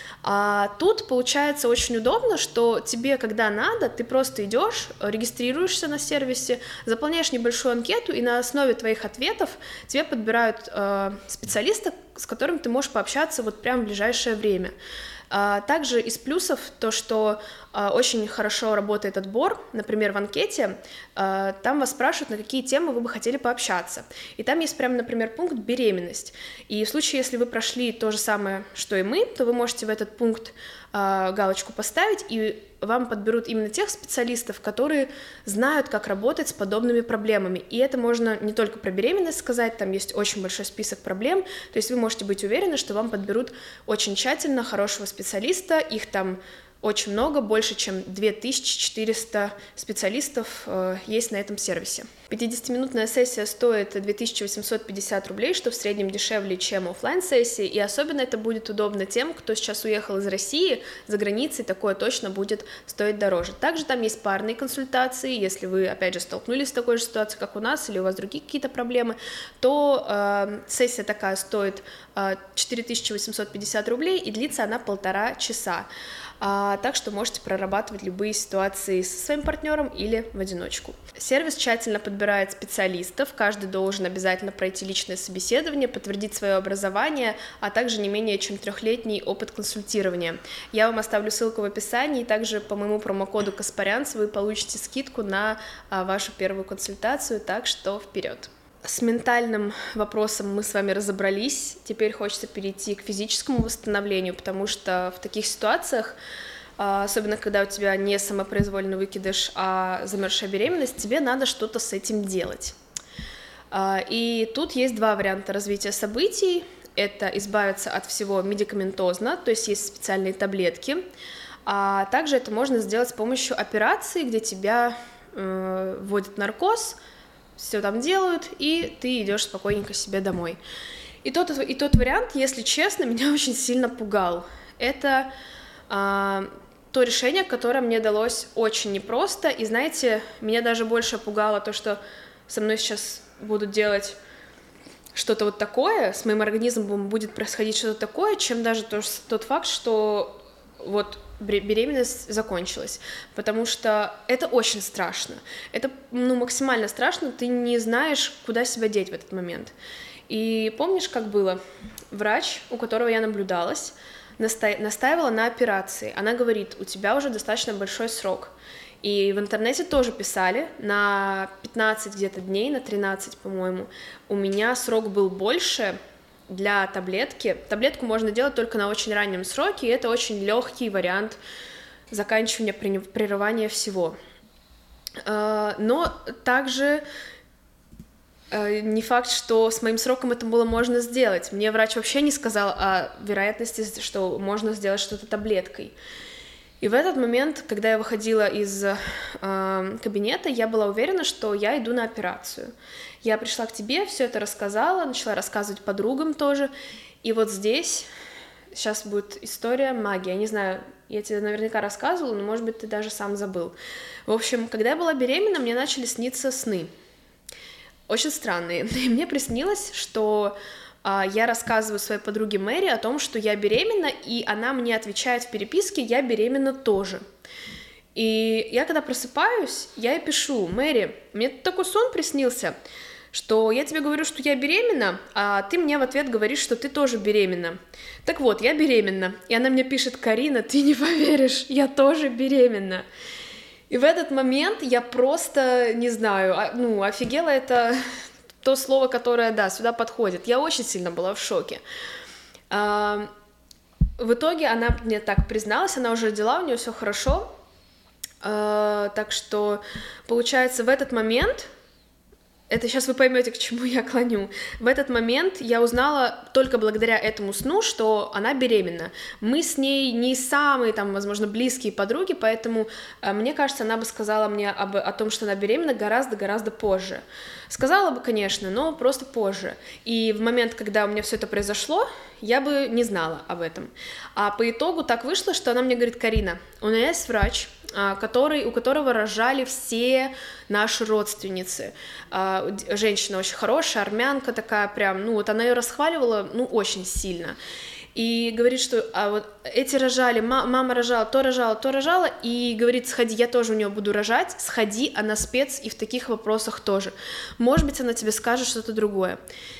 А тут получается очень удобно, что тебе, когда надо, ты просто идешь, регистрируешься на сервисе, заполняешь небольшую анкету, и на основе твоих ответов тебе подбирают э, специалиста, с которым ты можешь пообщаться вот прямо в ближайшее время. А также из плюсов то, что а, очень хорошо работает отбор, например, в анкете, а, там вас спрашивают, на какие темы вы бы хотели пообщаться, и там есть прям, например, пункт «беременность», и в случае, если вы прошли то же самое, что и мы, то вы можете в этот пункт а, галочку поставить, и вам подберут именно тех специалистов, которые знают, как работать с подобными проблемами. И это можно не только про беременность сказать, там есть очень большой список проблем, то есть вы можете быть уверены, что вам подберут очень тщательно хорошего специалиста, их там очень много, больше, чем две тысячи четыреста специалистов э, есть на этом сервисе. пятидесятиминутная сессия стоит две тысячи восемьсот пятьдесят рублей, что в среднем дешевле, чем офлайн-сессии, и особенно это будет удобно тем, кто сейчас уехал из России, за границей такое точно будет стоить дороже. Также там есть парные консультации, если вы, опять же, столкнулись с такой же ситуацией, как у нас, или у вас другие какие-то проблемы, то э, сессия такая стоит э, четыре тысячи восемьсот пятьдесят рублей, и длится она полтора часа. А, так что можете прорабатывать любые ситуации со своим партнером или в одиночку. Сервис тщательно подбирает специалистов, каждый должен обязательно пройти личное собеседование, подтвердить свое образование, а также не менее чем трехлетний опыт консультирования. Я вам оставлю ссылку в описании, и также по моему промокоду Каспарянц вы получите скидку на а, вашу первую консультацию, так что вперед! С ментальным вопросом мы с вами разобрались, теперь хочется перейти к физическому восстановлению, потому что в таких ситуациях, особенно когда у тебя не самопроизвольный выкидыш, а замерзшая беременность, тебе надо что-то с этим делать. И тут есть два варианта развития событий, это избавиться от всего медикаментозно, то есть есть специальные таблетки, а также это можно сделать с помощью операции, где тебя вводят наркоз, все там делают, и ты идешь спокойненько себе домой. И тот, и тот вариант, если честно, меня очень сильно пугал. Это а, то решение, которое мне далось очень непросто, и, знаете, меня даже больше пугало то, что со мной сейчас будут делать что-то вот такое, с моим организмом будет происходить что-то такое, чем даже то, тот факт, что вот беременность закончилась, потому что это очень страшно, это, ну, максимально страшно, ты не знаешь, куда себя деть в этот момент. И помнишь, как было? Врач, у которого я наблюдалась, наста... настаивала на операции, она говорит, у тебя уже достаточно большой срок. И в интернете тоже писали, на пятнадцать где-то дней, на тринадцать, по-моему, у меня срок был больше для таблетки. Таблетку можно делать только на очень раннем сроке, и это очень легкий вариант заканчивания, прерывания всего. Но также не факт, что с моим сроком это было можно сделать. Мне врач вообще не сказал о вероятности, что можно сделать что-то таблеткой. И в этот момент, когда я выходила из э, кабинета, я была уверена, что я иду на операцию. Я пришла к тебе, все это рассказала, начала рассказывать подругам тоже. И вот здесь сейчас будет история магии. Я не знаю, я тебе наверняка рассказывала, но, может быть, ты даже сам забыл. В общем, когда я была беременна, мне начали сниться сны. Очень странные. И мне приснилось, что я рассказываю своей подруге Мэри о том, что я беременна, и она мне отвечает в переписке: я беременна тоже. И я когда просыпаюсь, я ей пишу: Мэри, мне такой сон приснился, что я тебе говорю, что я беременна, а ты мне в ответ говоришь, что ты тоже беременна. Так вот, я беременна. И она мне пишет: Карина, ты не поверишь, я тоже беременна. И в этот момент я просто, не знаю, ну, офигела, это то слово, которое, да, сюда подходит. Я очень сильно была в шоке. В итоге она мне так призналась, она уже родила, у нее все хорошо. Так что, получается, в этот момент, это сейчас вы поймете, к чему я клоню, в этот момент я узнала только благодаря этому сну, что она беременна. Мы с ней не самые, там, возможно, близкие подруги, поэтому, мне кажется, она бы сказала мне об, о том, что она беременна, гораздо-гораздо позже. Сказала бы, конечно, но просто позже. И в момент, когда у меня все это произошло, я бы не знала об этом. А по итогу так вышло, что она мне говорит: Карина, у меня есть врач, который, у которого рожали все наши родственницы. Женщина очень хорошая, армянка такая прям, ну вот она ее расхваливала, ну, очень сильно. И говорит, что а вот эти рожали, мама рожала, то рожала, то рожала, и говорит: сходи, я тоже у нее буду рожать, сходи, она спец и в таких вопросах тоже. Может быть, она тебе скажет что-то другое.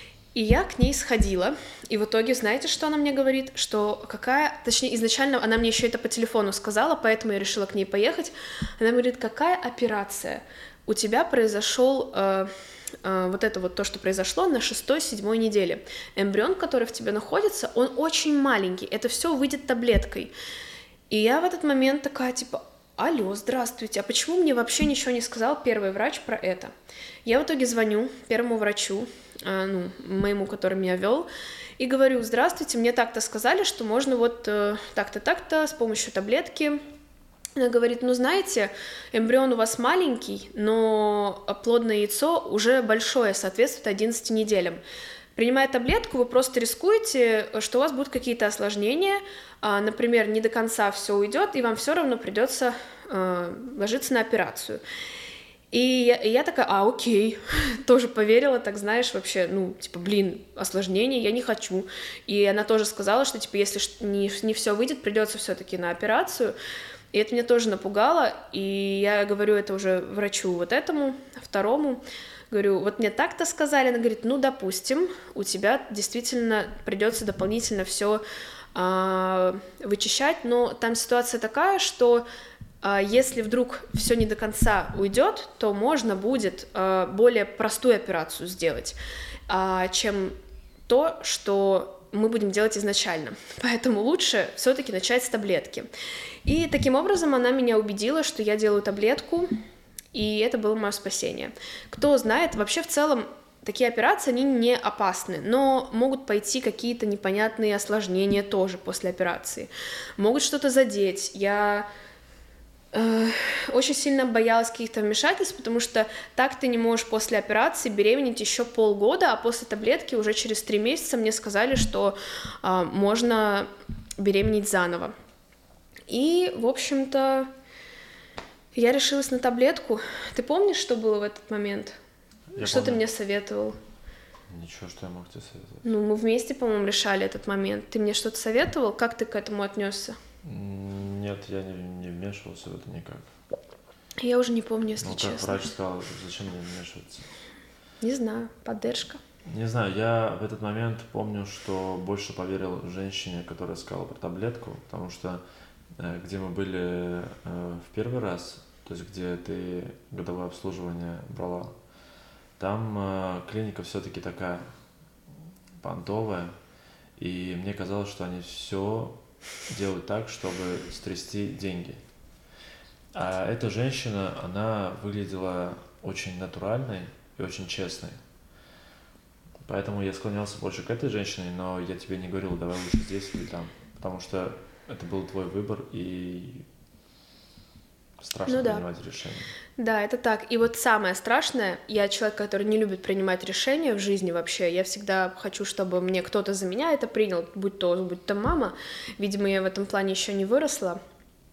И я к ней сходила, и в итоге, знаете, что она мне говорит? Что какая... Точнее, изначально она мне еще это по телефону сказала, поэтому я решила к ней поехать. Она говорит: какая операция? У тебя произошел... Э, э, вот это вот то, что произошло на шестой-седьмой неделе. Эмбрион, который в тебе находится, он очень маленький, это все выйдет таблеткой. И я в этот момент такая, типа: алло, здравствуйте, а почему мне вообще ничего не сказал первый врач про это? Я в итоге звоню первому врачу, ну, моему, который меня вел, и говорю: здравствуйте, мне так-то сказали, что можно вот так-то, так-то с помощью таблетки. Она говорит: ну, знаете, эмбрион у вас маленький, но плодное яйцо уже большое, соответствует одиннадцати неделям. Принимая таблетку, вы просто рискуете, что у вас будут какие-то осложнения, например, не до конца все уйдет, и вам все равно придется ложиться на операцию. И я, и я такая: а, окей, тоже поверила, так, знаешь, вообще, ну, типа, блин, осложнения, я не хочу. И она тоже сказала, что, типа, если не, не все выйдет, придется все-таки на операцию. И это меня тоже напугало, и я говорю это уже врачу вот этому, второму, говорю: вот мне так-то сказали. Она говорит: ну, допустим, у тебя действительно придется дополнительно все э, вычищать, но там ситуация такая, что если вдруг все не до конца уйдет, то можно будет э, более простую операцию сделать, э, чем то, что мы будем делать изначально. Поэтому лучше все-таки начать с таблетки. И таким образом она меня убедила, что я делаю таблетку, и это было мое спасение. Кто знает, вообще в целом такие операции, они не опасны, но могут пойти какие-то непонятные осложнения тоже после операции. Могут что-то задеть. Я... Очень сильно боялась каких-то вмешательств, потому что так ты не можешь после операции беременеть еще полгода, а после таблетки уже через три месяца мне сказали, что а, можно беременеть заново. И, в общем-то, я решилась на таблетку. Ты помнишь, что было в этот момент? Я что помню. ты мне советовал? Ничего, что я мог тебе советовать. Ну, мы вместе, по-моему, решали этот момент. Ты мне что-то советовал? Как ты к этому отнесся? Нет, я не, не вмешивался в это никак. Я уже не помню, если ну, как честно. врач сказал, зачем мне вмешиваться? Не знаю, поддержка. Не знаю, я в этот момент помню, что больше поверил женщине, которая сказала про таблетку, потому что э, где мы были э, в первый раз, то есть где ты годовое обслуживание брала, там э, клиника все-таки такая понтовая, и мне казалось, что они все делают так, чтобы стрясти деньги. А эта женщина, она выглядела очень натуральной и очень честной. Поэтому я склонялся больше к этой женщине, но я тебе не говорил, давай лучше здесь или там, потому что это был твой выбор, и страшно ну, да. принимать решения. Да, это так. И вот самое страшное, я человек, который не любит принимать решения в жизни вообще, я всегда хочу, чтобы мне кто-то за меня это принял, будь то, будь то мама, видимо, я в этом плане еще не выросла.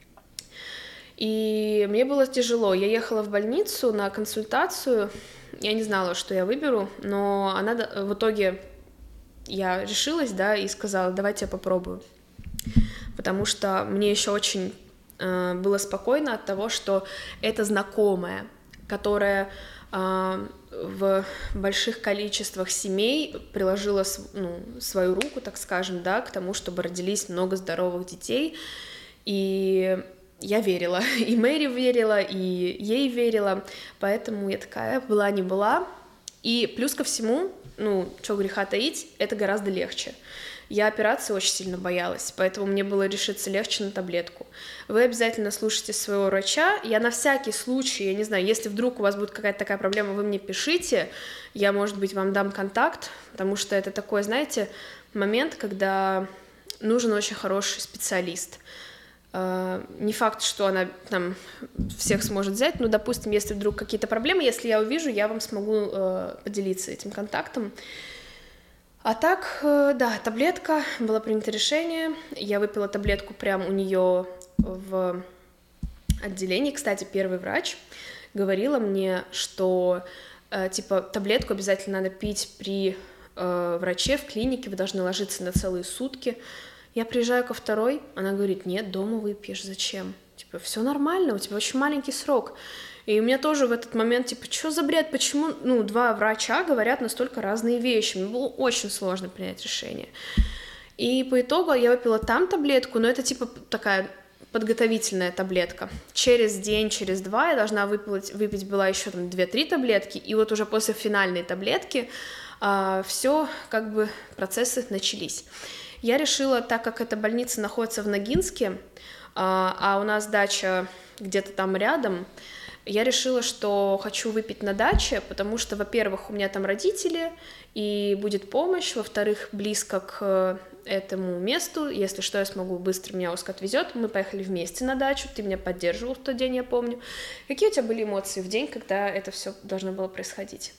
И мне было тяжело. Я ехала в больницу на консультацию, я не знала, что я выберу, но она в итоге, я решилась, да, и сказала, давайте я попробую, потому что мне еще очень э, было спокойно от того, что это знакомая, которая э, в больших количествах семей приложила ну, свою руку, так скажем, да, к тому, чтобы родились много здоровых детей, и я верила, и Мэри верила, и ей верила, поэтому я такая была не была. И плюс ко всему, ну, что греха таить, это гораздо легче. Я операции очень сильно боялась, поэтому мне было решиться легче на таблетку. Вы обязательно слушайте своего врача. Я на всякий случай, я не знаю, если вдруг у вас будет какая-то такая проблема, вы мне пишите, я, может быть, вам дам контакт, потому что это такой, знаете, момент, когда нужен очень хороший специалист. Не факт, что она там всех сможет взять, но, допустим, если вдруг какие-то проблемы, если я увижу, я вам смогу э, поделиться этим контактом. А так, э, да, таблетка, было принято решение, я выпила таблетку прямо у нее в отделении. Кстати, первый врач говорила мне, что э, типа таблетку обязательно надо пить при э, враче в клинике, вы должны ложиться на целые сутки. Я приезжаю ко второй, она говорит, нет, дома выпьешь, зачем? Типа, все нормально, у тебя очень маленький срок. И у меня тоже в этот момент, типа, что за бред, почему, ну, два врача говорят настолько разные вещи? Мне было очень сложно принять решение. И по итогу я выпила там таблетку, но это, типа, такая подготовительная таблетка. Через день, через два я должна выпить, выпить была еще там две-три таблетки, и вот уже после финальной таблетки э, все, как бы, процессы начались. Я решила, так как эта больница находится в Ногинске, а у нас дача где-то там рядом, я решила, что хочу выпить на даче, потому что, во-первых, у меня там родители, и будет помощь, во-вторых, близко к этому месту, если что, я смогу быстро, меня Оскар отвезет, мы поехали вместе на дачу, ты меня поддерживал в тот день, я помню. Какие у тебя были эмоции в день, когда это все должно было происходить?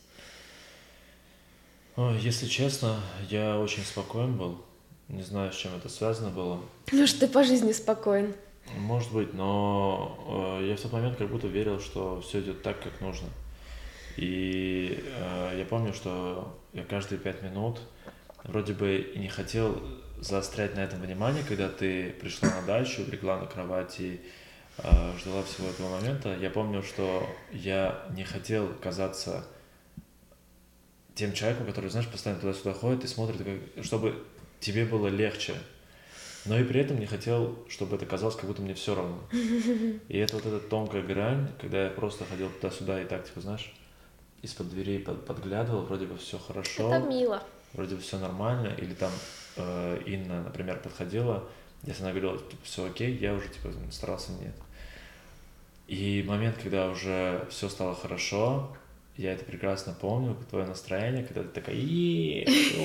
Если честно, я очень спокоен был. Не знаю, с чем это связано было. Ну что ты по жизни спокоен. Может быть, но э, я в тот момент как будто верил, что все идет так, как нужно. И э, я помню, что я каждые пять минут вроде бы и не хотел заострять на этом внимание, когда ты пришла на дачу, легла на кровать и э, ждала всего этого момента. Я помню, что я не хотел казаться тем человеком, который, знаешь, постоянно туда-сюда ходит и смотрит, как, чтобы тебе было легче. Но и при этом не хотел, чтобы это казалось, как будто мне все равно. И это вот эта тонкая грань, когда я просто ходил туда-сюда и так, типа, знаешь, из-под дверей под, подглядывал, вроде бы все хорошо. Это мило. Вроде бы все нормально. Или там э, Инна, например, подходила, если она говорила, типа, все окей, я уже, типа, старался нет. И момент, когда уже все стало хорошо, я это прекрасно помню, твое настроение, когда ты такая, и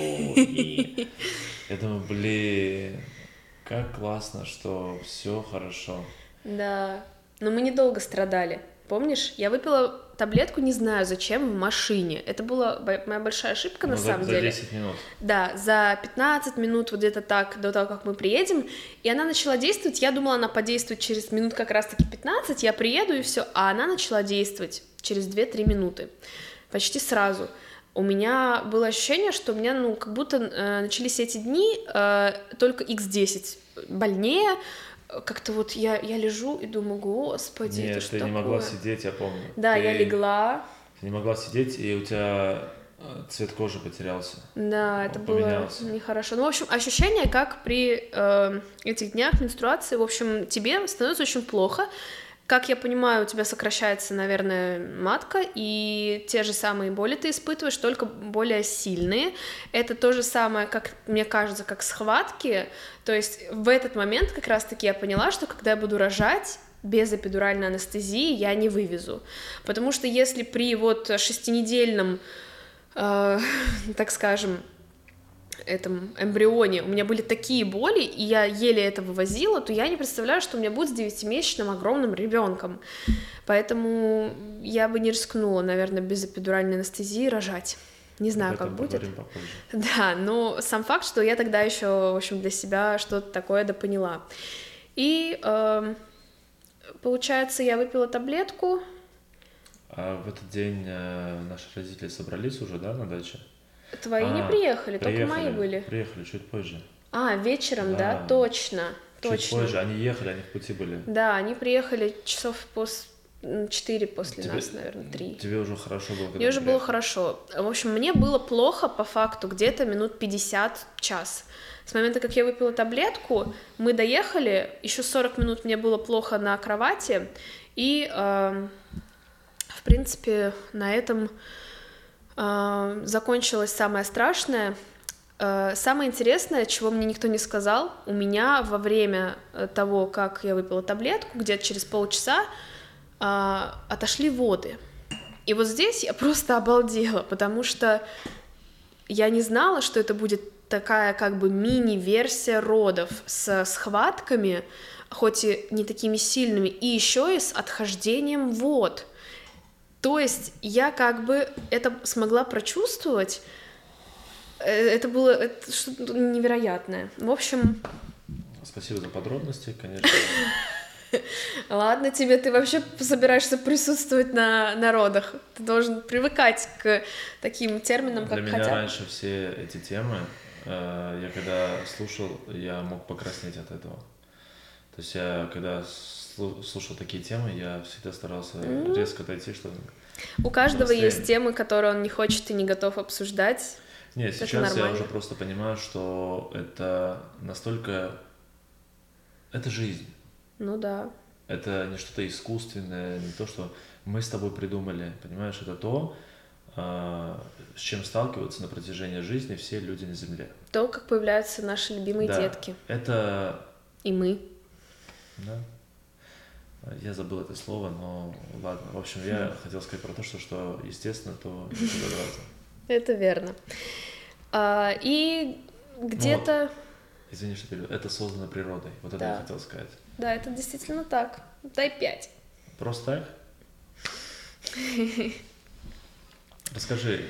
я думаю, блин, как классно, что все хорошо. Да, но мы недолго страдали. Помнишь, я выпила таблетку, не знаю зачем, в машине. Это была моя большая ошибка, ну, на за, самом за деле. десять минут. Да, за пятнадцать минут, вот где-то так, до того, как мы приедем. И она начала действовать, я думала, она подействует через минут как раз-таки пятнадцать, я приеду и все. А она начала действовать через две-три минуты, почти сразу. У меня было ощущение, что у меня, ну, как будто э, начались эти дни э, только икс десять больнее. Как-то вот я, я лежу и думаю, господи, Нет, это что ты такое? не могла сидеть, я помню. Да, ты, я легла. Ты не могла сидеть, и у тебя цвет кожи потерялся. Да, это поменялся. было нехорошо. Ну, в общем, ощущение, как при э, этих днях менструации, в общем, тебе становится очень плохо. Как я понимаю, у тебя сокращается, наверное, матка, и те же самые боли ты испытываешь, только более сильные. Это то же самое, как мне кажется, как схватки. То есть в этот момент как раз-таки я поняла, что когда я буду рожать, без эпидуральной анестезии я не вывезу. Потому что если при вот шестинедельном, э, так скажем, этом эмбрионе у меня были такие боли, и я еле это вывозила, то я не представляю, что у меня будет с девятимесячным огромным ребенком. Поэтому я бы не рискнула, наверное, без эпидуральной анестезии рожать. Не знаю, как будет. Попозже. Да, но сам факт, что я тогда еще, в общем, для себя что-то такое допоняла. И э, получается, я выпила таблетку. А в этот день э, наши родители собрались уже, да, на даче? Твои а, не приехали, приехали, только мои были. Приехали чуть позже. А, вечером, да, да точно, чуть точно. позже, они ехали, они в пути были. Да, они приехали часов после четыре после тебе, нас, наверное, три. Тебе уже хорошо было? Мне уже было хорошо. В общем, мне было плохо, по факту, где-то минут пятьдесят, час. С момента, как я выпила таблетку, мы доехали, еще сорок минут мне было плохо на кровати, и, э, в принципе, на этом э, закончилось самое страшное. Э, самое интересное, чего мне никто не сказал, у меня во время того, как я выпила таблетку, где-то через полчаса э, отошли воды. И вот здесь я просто обалдела, потому что я не знала, что это будет такая как бы мини-версия родов с схватками, хоть и не такими сильными, и еще и с отхождением вод. То есть я как бы это смогла прочувствовать, это было это что-то невероятное. В общем... Спасибо за подробности, конечно. Ладно тебе, ты вообще собираешься присутствовать на народах. Ты должен привыкать к таким терминам, как хотя. Для хотя. меня раньше все эти темы, э, я когда слушал, я мог покраснеть от этого. То есть я когда слушал такие темы, я всегда старался mm-hmm. резко отойти, чтобы... У каждого есть темы, которые он не хочет и не готов обсуждать. Нет, это сейчас нормально. Я уже просто понимаю, что это настолько... Это жизнь. Ну да. Это не что-то искусственное, не то, что мы с тобой придумали, понимаешь, это то, с чем сталкиваются на протяжении жизни все люди на Земле. То, как появляются наши любимые да, детки. Это... И мы. Да. Я забыл это слово, но ладно. В общем, я хм. хотел сказать про то, что, что естественно, то не подобраться. Это верно. А, и где-то... Ну, извини, что перебил. Это создано природой. Вот это да. я хотел сказать. Да, это действительно так. Дай пять. Просто так? Расскажи,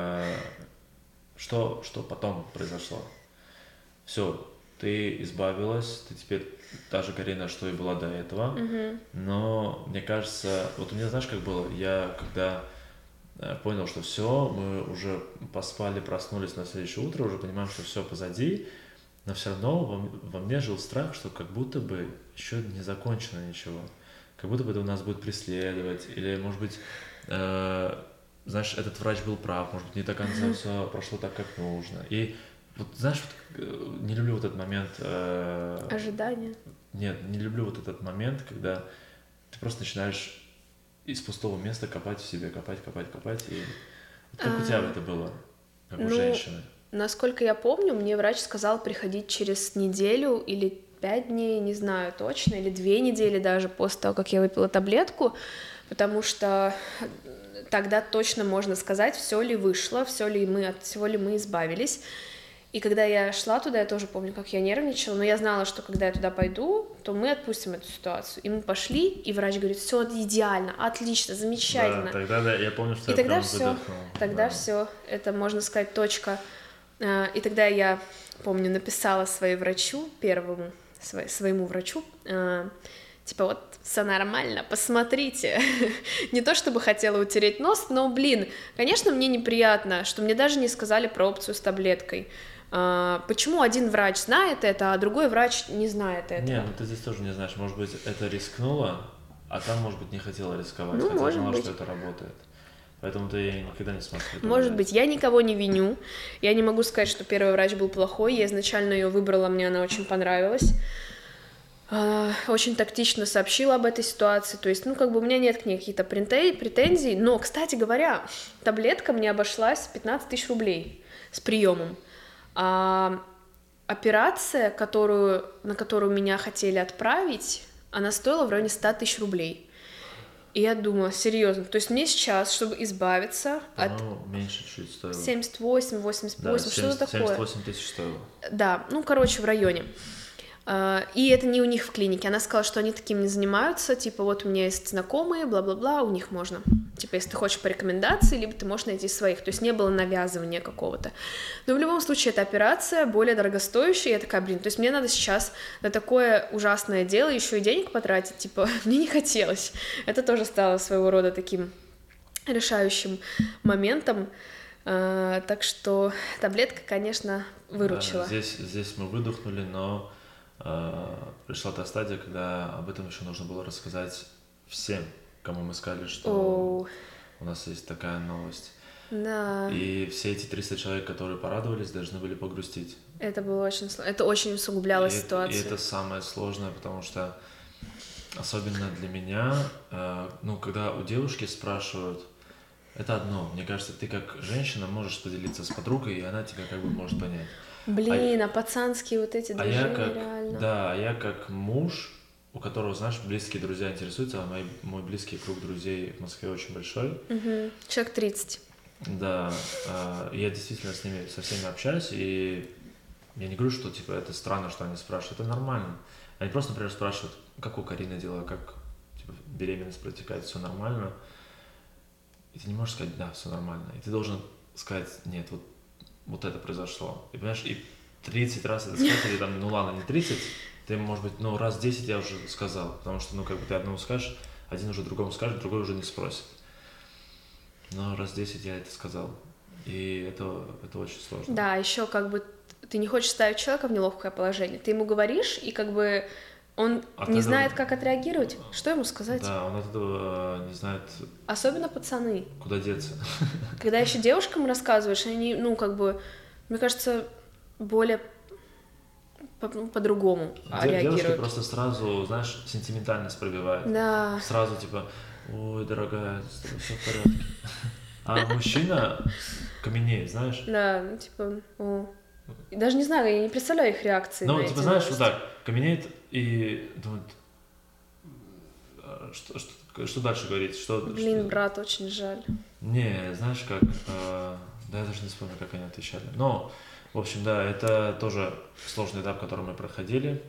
что, что потом произошло? Все, ты избавилась, ты теперь та же Карина, что и была до этого, угу. но мне кажется, вот у меня, знаешь, как было, я когда понял, что все, мы уже поспали, проснулись на следующее утро, уже понимаем, что все позади, но все равно во, во мне жил страх, что как будто бы еще не закончено ничего, как будто бы это у нас будет преследовать, или, может быть, э, знаешь, этот врач был прав, может быть, не до конца mm-hmm. все прошло так, как нужно. И вот, знаешь, вот, не люблю вот этот момент... Э, Ожидания? Нет, не люблю вот этот момент, когда ты просто начинаешь из пустого места копать в себе, копать, копать, копать. И вот как а, у тебя это было, как у ну, женщины? Насколько я помню, мне врач сказал приходить через неделю или пять дней, не знаю точно, или две недели даже после того, как я выпила таблетку, потому что тогда точно можно сказать, все ли вышло, все ли мы, от всего ли мы избавились. И когда я шла туда, я тоже помню, как я нервничала, но я знала, что когда я туда пойду, то мы отпустим эту ситуацию. И мы пошли, и врач говорит, все идеально, отлично, замечательно. Да, тогда да, я помню, что и я тогда прям все, выдохнул. тогда да. все, это, можно сказать, точка. И тогда я, помню, написала своей врачу, первому, своему врачу, типа, вот, все нормально, посмотрите. Не то чтобы хотела утереть нос, но, блин, конечно, мне неприятно, что мне даже не сказали про опцию с таблеткой. А, почему один врач знает это, а другой врач не знает этого? Не, ну ты здесь тоже не знаешь, может быть, это рискнула, а там, может быть, не хотела рисковать, ну, хотя знала, быть. что это работает. Поэтому ты никогда не сможешь это Может узнать. быть, я никого не виню. Я не могу сказать, что первый врач был плохой. Я изначально ее выбрала, мне она очень понравилась. Очень тактично сообщила об этой ситуации, то есть, ну, как бы у меня нет к ней каких-то претензий, но, кстати говоря, таблетка мне обошлась пятнадцать тысяч рублей с приемом, а операция, которую, на которую меня хотели отправить, она стоила в районе сто тысяч рублей. И я думала, серьезно, то есть мне сейчас, чтобы избавиться от... Ну, меньше чуть стоило. семьдесят восемь, восемьдесят восемь, да, что-то такое. семьдесят восемь тысяч стоило. Да, ну, короче, в районе. И это не у них в клинике. Она сказала, что они таким не занимаются. Типа, вот у меня есть знакомые, бла-бла-бла, у них можно. Типа, если ты хочешь по рекомендации, либо ты можешь найти своих. То есть не было навязывания какого-то. Но в любом случае, эта операция более дорогостоящая. Я такая, блин, то есть мне надо сейчас на такое ужасное дело еще и денег потратить. Типа, мне не хотелось. Это тоже стало своего рода таким решающим моментом. А, так что таблетка, конечно, выручила. Да, здесь, здесь мы выдохнули, но пришла та стадия, когда об этом еще нужно было рассказать всем, кому мы сказали, что Оу. у нас есть такая новость. Да. И все эти триста человек, которые порадовались, должны были погрустить. Это было очень сложно. Это очень усугубляло и ситуацию. Это, и это самое сложное, потому что особенно для меня, ну, когда у девушки спрашивают, это одно. Мне кажется, ты как женщина можешь поделиться с подругой, и она тебя как бы может понять. Блин, а, а пацанские вот эти движения, а я как, реально. Да, а я как муж, у которого, знаешь, близкие друзья интересуются, а мой, мой близкий круг друзей в Москве очень большой. Угу. Человек тридцать. Да, я действительно с ними, со всеми общаюсь, и я не говорю, что типа это странно, что они спрашивают, это нормально. Они просто, например, спрашивают, как у Карины дела, как типа, беременность протекает, все нормально. И ты не можешь сказать, да, все нормально. И ты должен сказать, нет, вот вот это произошло. И понимаешь, и тридцать раз это сказать, или там, ну ладно, не тридцать, ты, может быть, ну раз десять я уже сказал, потому что, ну, как бы ты одному скажешь, один уже другому скажет, другой уже не спросит. Но раз десять я это сказал, и это, это очень сложно. Да, еще как бы ты не хочешь ставить человека в неловкое положение, ты ему говоришь, и как бы он от не этого... знает, как отреагировать, что ему сказать? Да, он от этого не знает... Особенно пацаны. Куда деться. Когда еще девушкам рассказываешь, они, ну, как бы, мне кажется, более по- по-другому Дев- реагируют. Девушки просто сразу, знаешь, сентиментальность пробивают. Да. Сразу типа, ой, дорогая, все в порядке. А мужчина каменеет, знаешь? Да, ну, типа, о. И даже не знаю, я не представляю их реакции. Ну, на типа, эти знаешь, новости. вот так, каменеет и думает, что, что, что дальше говорить? Что, Блин, что... брат, очень жаль. Не, знаешь, как, э, да, я даже не вспомню, как они отвечали. Но, в общем, да, это тоже сложный этап, который мы проходили.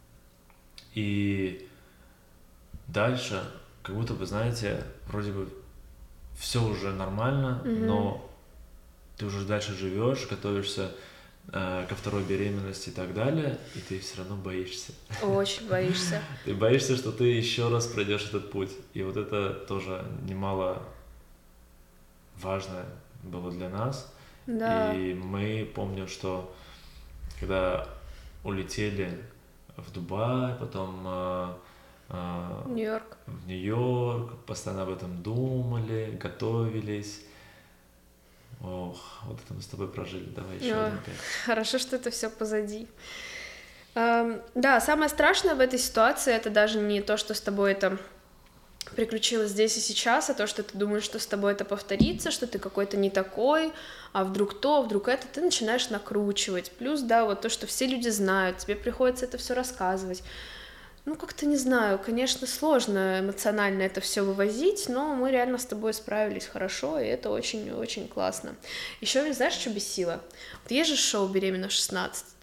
И дальше, как будто бы, знаете, вроде бы все уже нормально, Mm-hmm. но ты уже дальше живешь, готовишься э, ко второй беременности и так далее, и ты все равно боишься. Очень боишься. Ты боишься, что ты еще раз пройдешь этот путь. И вот это тоже немало важное было для нас. Да. И мы помним, что когда улетели в Дубай, потом э, э, Нью-Йорк. в Нью-Йорк, постоянно об этом думали, готовились. Ох, вот это мы с тобой прожили. Давай еще О, один пять. Хорошо, что это все позади. Эм, да, самое страшное в этой ситуации это даже не то, что с тобой это приключилось здесь и сейчас, а то, что ты думаешь, что с тобой это повторится, что ты какой-то не такой, а вдруг то, вдруг это, ты начинаешь накручивать. Плюс, да, вот то, что все люди знают, тебе приходится это все рассказывать. Ну, как-то не знаю, конечно, сложно эмоционально это все вывозить, но мы реально с тобой справились хорошо, и это очень-очень классно. Еще, знаешь, что бесило? Вот есть же шоу «Беременна в шестнадцать».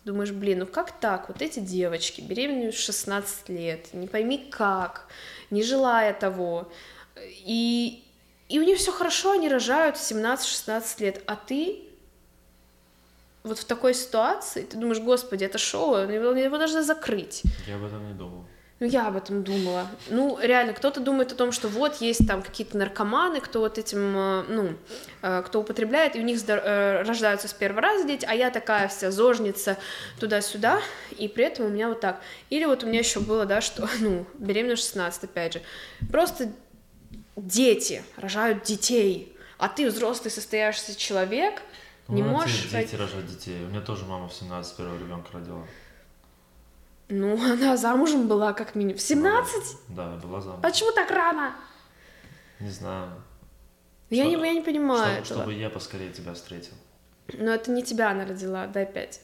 думаешь, блин, ну как так? Вот эти девочки беременеют в шестнадцать лет, не пойми как, не желая того, и, и у них все хорошо, они рожают в семнадцать-шестнадцать лет, а ты вот в такой ситуации, ты думаешь, господи, это шоу, его, его должны закрыть. Я об этом не думал. Ну, я об этом думала. Ну, реально, кто-то думает о том, что вот есть там какие-то наркоманы, кто вот этим, ну, кто употребляет, и у них рождаются с первого раза дети, а я такая вся зожница туда-сюда, и при этом у меня вот так. Или вот у меня еще было, да, что, ну, беременна шестнадцать, опять же. Просто дети рожают детей, а ты взрослый состоявшийся человек, ну, не можешь... Дети рожать детей. У меня тоже мама в семнадцать первого ребенка родила. Ну, она замужем была как минимум. В семнадцать? Да, была замужем. Почему так рано? Не знаю. Я, что, не, я не понимаю что, этого. Чтобы я поскорее тебя встретил. Но это не тебя она родила, дай пять.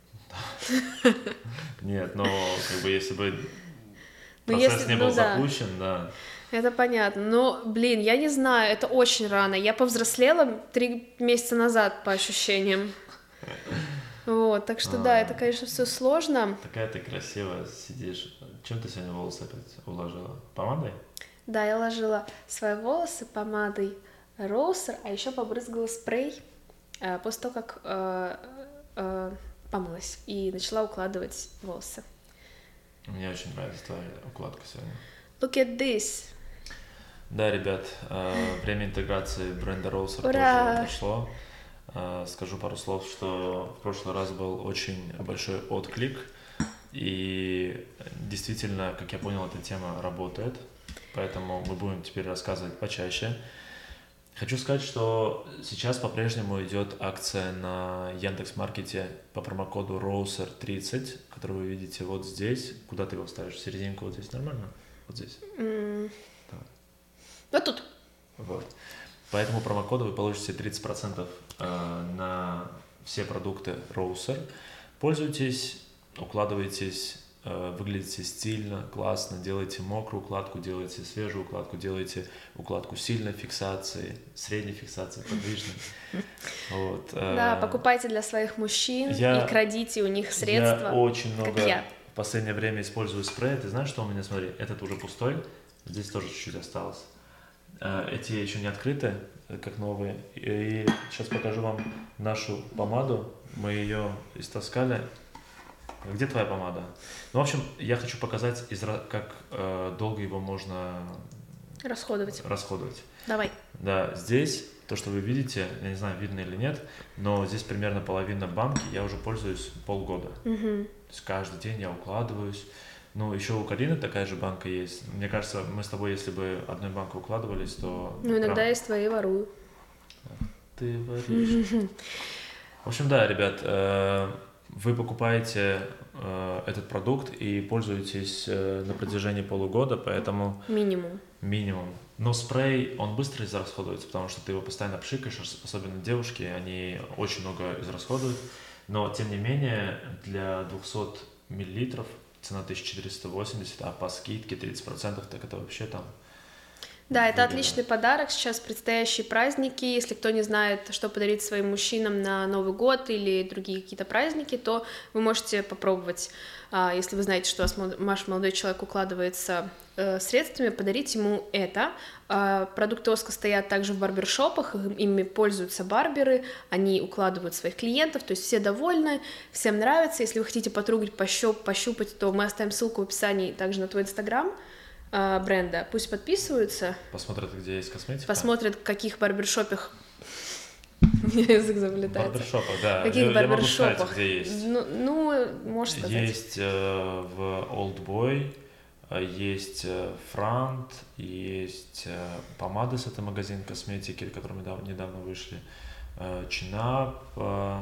Нет, но как бы если бы процесс не был запущен, да. Это понятно. Но, блин, я не знаю, это очень рано. Я повзрослела три месяца назад, по ощущениям. Вот, так что, а, да, это, конечно, все сложно. Такая ты красивая сидишь. Чем ты сегодня волосы опять уложила? Помадой? Да, я уложила свои волосы помадой Роусер, а еще побрызгала спрей э, после того, как э, э, помылась и начала укладывать волосы. Мне очень нравится твоя укладка сегодня. Look at this. Да, ребят, э, время интеграции бренда Роусер тоже прошло. Скажу пару слов, что в прошлый раз был очень большой отклик, и действительно, как я понял, эта тема работает, поэтому мы будем теперь рассказывать почаще. Хочу сказать, что сейчас по-прежнему идет акция на Яндекс.Маркете по промокоду роусер тридцать, который вы видите вот здесь. Куда ты его ставишь? В серединку вот здесь нормально? Вот здесь? Mm. Вот тут. Вот. По этому промокоду вы получите тридцать процентов на все продукты Роусер. Пользуйтесь, укладывайтесь, выглядите стильно, классно, делайте мокрую укладку, делайте свежую укладку, делайте укладку сильной фиксации, средней фиксации, подвижной. Вот. Да, покупайте для своих мужчин я, и крадите у них средства. Я очень много я. в последнее время использую спрей. Ты знаешь, что у меня, смотри, этот уже пустой, здесь тоже чуть-чуть осталось. Эти еще не открыты, как новые. И сейчас покажу вам нашу помаду. Мы ее истаскали. Где твоя помада? Ну, в общем, я хочу показать, как долго его можно расходовать. расходовать. Давай. Да, здесь то, что вы видите, я не знаю, видно или нет, но здесь примерно половина банки я уже пользуюсь полгода. Угу. То есть каждый день я укладываюсь. Ну, еще у Карины такая же банка есть. Мне кажется, мы с тобой, если бы одной банкой укладывались, то... Ну, иногда прям... я из твоей ворую. Ты воришь. В общем, да, ребят, вы покупаете этот продукт и пользуетесь на протяжении полугода, поэтому... Минимум. Минимум. Но спрей, он быстро израсходуется, потому что ты его постоянно пшикаешь, особенно девушки, они очень много израсходуют. Но, тем не менее, для двухсот миллилитров цена тысяча четыреста восемьдесят, а по скидке тридцать процентов, так это вообще там... Да, это отличный подарок. Сейчас предстоящие праздники. Если кто не знает, что подарить своим мужчинам на Новый год или другие какие-то праздники, то вы можете попробовать, если вы знаете, что ваш молодой человек укладывается средствами, подарить ему это. Продукты Оска стоят также в барбершопах, ими пользуются барберы, они укладывают своих клиентов, то есть все довольны, всем нравится. Если вы хотите потрогать, пощуп, пощупать, то мы оставим ссылку в описании также на твой инстаграм бренда. Пусть подписываются. Посмотрят, где есть косметика. Посмотрят, в каких барбершопах... Язык заплетается. В барбершопах, да. В каких я, барбершопах? Я могу сказать, где есть. Ну, ну можешь сказать. Есть э, в Old Boy, есть Франт, есть э, помады с этого магазина косметики, которые недавно, недавно вышли, э, Чинап. Э,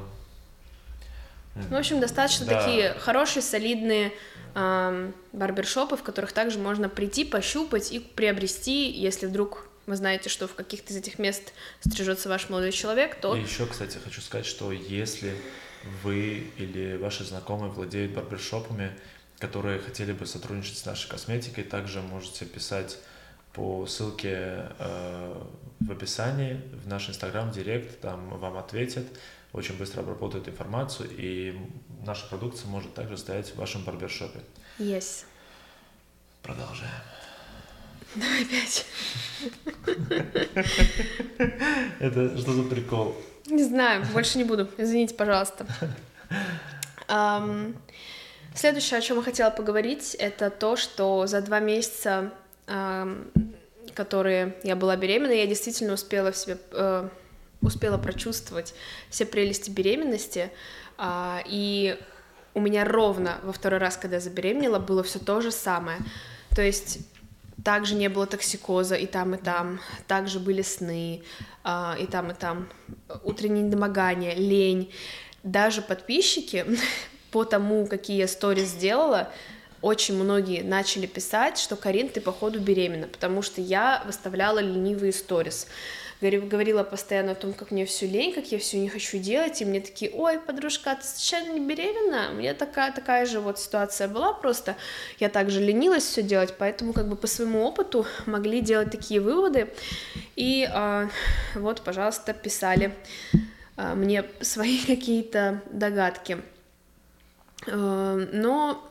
В общем, достаточно да. такие хорошие, солидные э, барбершопы, в которых также можно прийти, пощупать и приобрести, если вдруг вы знаете, что в каких-то из этих мест стрижется ваш молодой человек, то... И еще, кстати, хочу сказать, что если вы или ваши знакомые владеют барбершопами, которые хотели бы сотрудничать с нашей косметикой, также можете писать по ссылке э, в описании в наш инстаграм, директ, там вам ответят. очень быстро обработают информацию, и наша продукция может также стоять в вашем барбершопе. Yes. Продолжаем. Давай опять. Это что за прикол? Не знаю, больше не буду. Извините, пожалуйста. Um, следующее, о чем я хотела поговорить, это то, что за два месяца, um, которые я была беременна, я действительно успела в себе, uh, успела прочувствовать все прелести беременности, uh, и у меня ровно во второй раз, когда я забеременела, было все то же самое. То есть также не было токсикоза и там, и там, также были сны, а, и там, и там, утреннее недомогание, лень. Даже подписчики по тому, какие я сторис сделала, очень многие начали писать, что «Карин, ты походу беременна», потому что я выставляла ленивые сторис. Говорила постоянно о том, как мне все лень, как я все не хочу делать, и мне такие: ой, подружка, ты случайно не беременна? У меня такая, такая же вот ситуация была, просто я также ленилась все делать, поэтому как бы по своему опыту могли делать такие выводы, и а, вот, пожалуйста, писали а, мне свои какие-то догадки. А, но,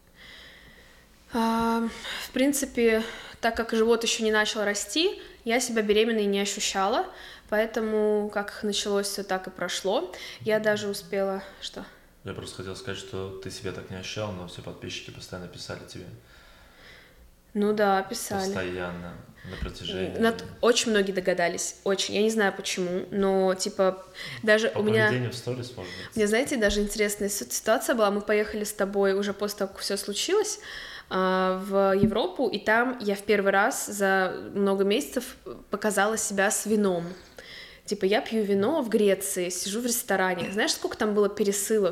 а, в принципе, так как живот еще не начал расти, я себя беременной не ощущала, поэтому как началось, все так и прошло. Я даже успела... Что? Я просто хотел сказать, что ты себя так не ощущала, но все подписчики постоянно писали тебе. Ну да, писали. Постоянно, на протяжении... Над... Очень многие догадались, очень. Я не знаю почему, но типа даже По у меня... поведению в сторис, может быть. У меня, знаете, даже интересная ситуация была. Мы поехали с тобой уже после того, как все случилось, в Европу, и там я в первый раз за много месяцев показала себя с вином. Типа я пью вино в Греции, сижу в ресторане. Знаешь, сколько там было пересылов?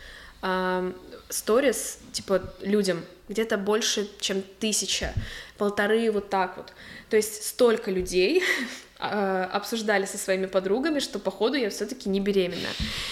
Сторис, типа, людям где-то больше, чем тысяча, полторы вот так вот. То есть столько людей обсуждали со своими подругами, что походу я все-таки не беременна.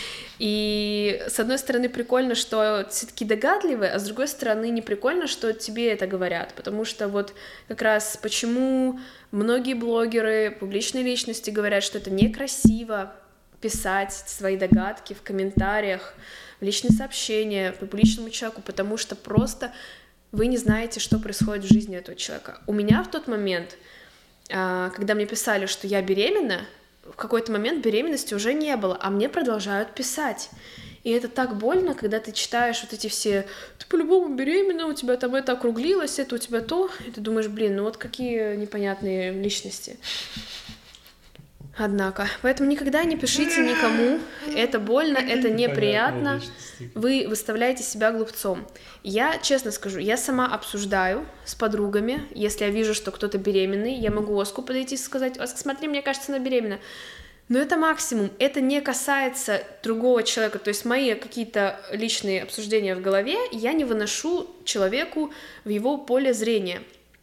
И с одной стороны прикольно, что все таки догадливые, а с другой стороны не прикольно, что тебе это говорят, потому что вот как раз почему многие блогеры, публичные личности говорят, что это некрасиво писать свои догадки в комментариях, в личные сообщения публичному человеку, потому что просто вы не знаете, что происходит в жизни этого человека. У меня в тот момент, когда мне писали, что я беременна, в какой-то момент беременности уже не было, а мне продолжают писать. И это так больно, когда ты читаешь вот эти все: ты по-любому беременна, у тебя там это округлилось, это у тебя то, и ты думаешь: блин, ну вот какие непонятные личности. Однако, поэтому никогда не пишите никому, это больно, это неприятно, вы выставляете себя глупцом. Я, честно скажу, я сама обсуждаю с подругами, если я вижу, что кто-то беременный, я могу Оску подойти и сказать: Оска, смотри, мне кажется, она беременна. Но это максимум, это не касается другого человека, то есть мои какие-то личные обсуждения в голове я не выношу человеку в его поле зрения.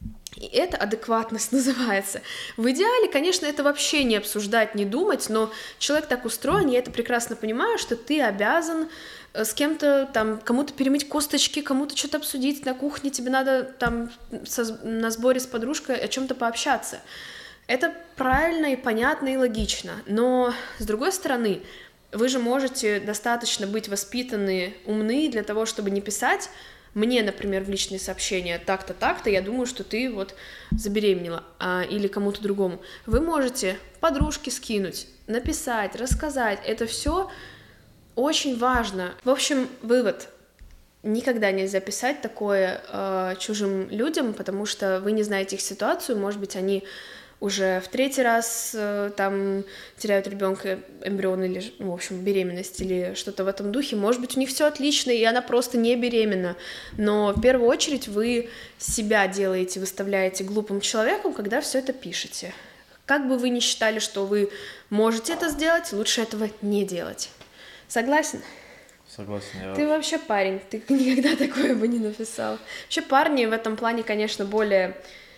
И это адекватность называется. В идеале, конечно, это вообще не обсуждать, не думать, но человек так устроен, я это прекрасно понимаю, что ты обязан с кем-то, там, кому-то перемыть косточки, кому-то что-то обсудить на кухне, тебе надо там со, на сборе с подружкой о чем-то пообщаться. Это правильно и понятно и логично, но, с другой стороны, вы же можете достаточно быть воспитаны, умны для того, чтобы не писать мне, например, в личные сообщения: так-то, так-то, я думаю, что ты вот забеременела, а, или кому-то другому. Вы можете подружке скинуть, написать, рассказать. Это все очень важно. В общем, вывод: никогда нельзя писать такое э, чужим людям, потому что вы не знаете их ситуацию, может быть, они уже в третий раз э, там теряют ребенка, эмбрион или, ну, в общем, беременность или что-то в этом духе. Может быть, у них все отлично, и она просто не беременна. Но в первую очередь вы себя делаете, выставляете глупым человеком, когда все это пишете. Как бы вы ни считали, что вы можете это сделать, лучше этого не делать. Согласен? Согласен. Я... Ты вообще парень, ты никогда такое бы не написал. Вообще парни в этом плане, конечно, более...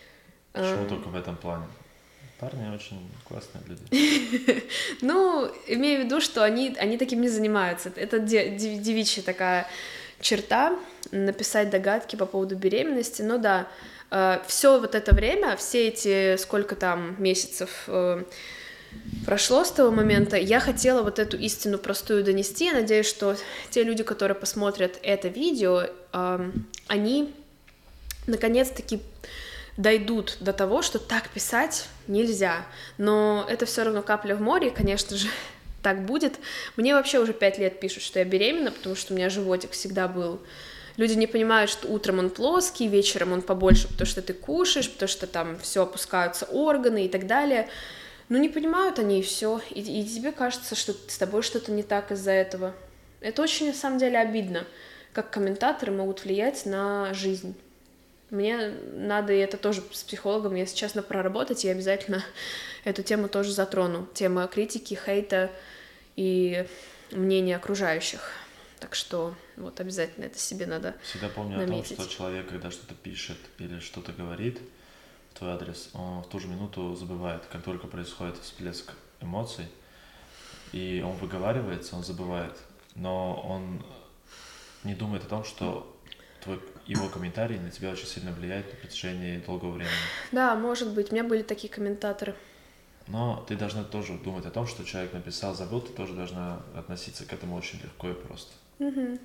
Почему только в этом плане? Парни очень классные люди. Ну, имею в виду, что они, они таким не занимаются. Это девичья такая черта, написать догадки по поводу беременности. Ну да, все вот это время, все эти сколько там месяцев прошло с того момента. Я хотела вот эту истину простую донести. Я надеюсь, что те люди, которые посмотрят это видео, э, они наконец-таки дойдут до того, что так писать нельзя. Но это все равно капля в море, и, конечно же, так будет. Мне вообще уже пять лет пишут, что я беременна, потому что у меня животик всегда был. Люди не понимают, что утром он плоский, вечером он побольше, потому что ты кушаешь, потому что там все опускаются органы и так далее. Ну, не понимают они, и все. И, и тебе кажется, что с тобой что-то не так из-за этого. Это очень, на самом деле, обидно, как комментаторы могут влиять на жизнь. Мне надо, и это тоже с психологом, если честно, проработать, и обязательно эту тему тоже затрону. Тема критики, хейта и мнения окружающих. Так что вот обязательно это себе надо Всегда помню наметить. о том, что человек, когда что-то пишет или что-то говорит в твой адрес, он в ту же минуту забывает, как только происходит всплеск эмоций, и он выговаривается, он забывает, но он не думает о том, что твой, его комментарий на тебя очень сильно влияет на протяжении долгого времени. Да, может быть, у меня были такие комментаторы. Но ты должна тоже думать о том, что человек написал, забыл, ты тоже должна относиться к этому очень легко и просто. Угу.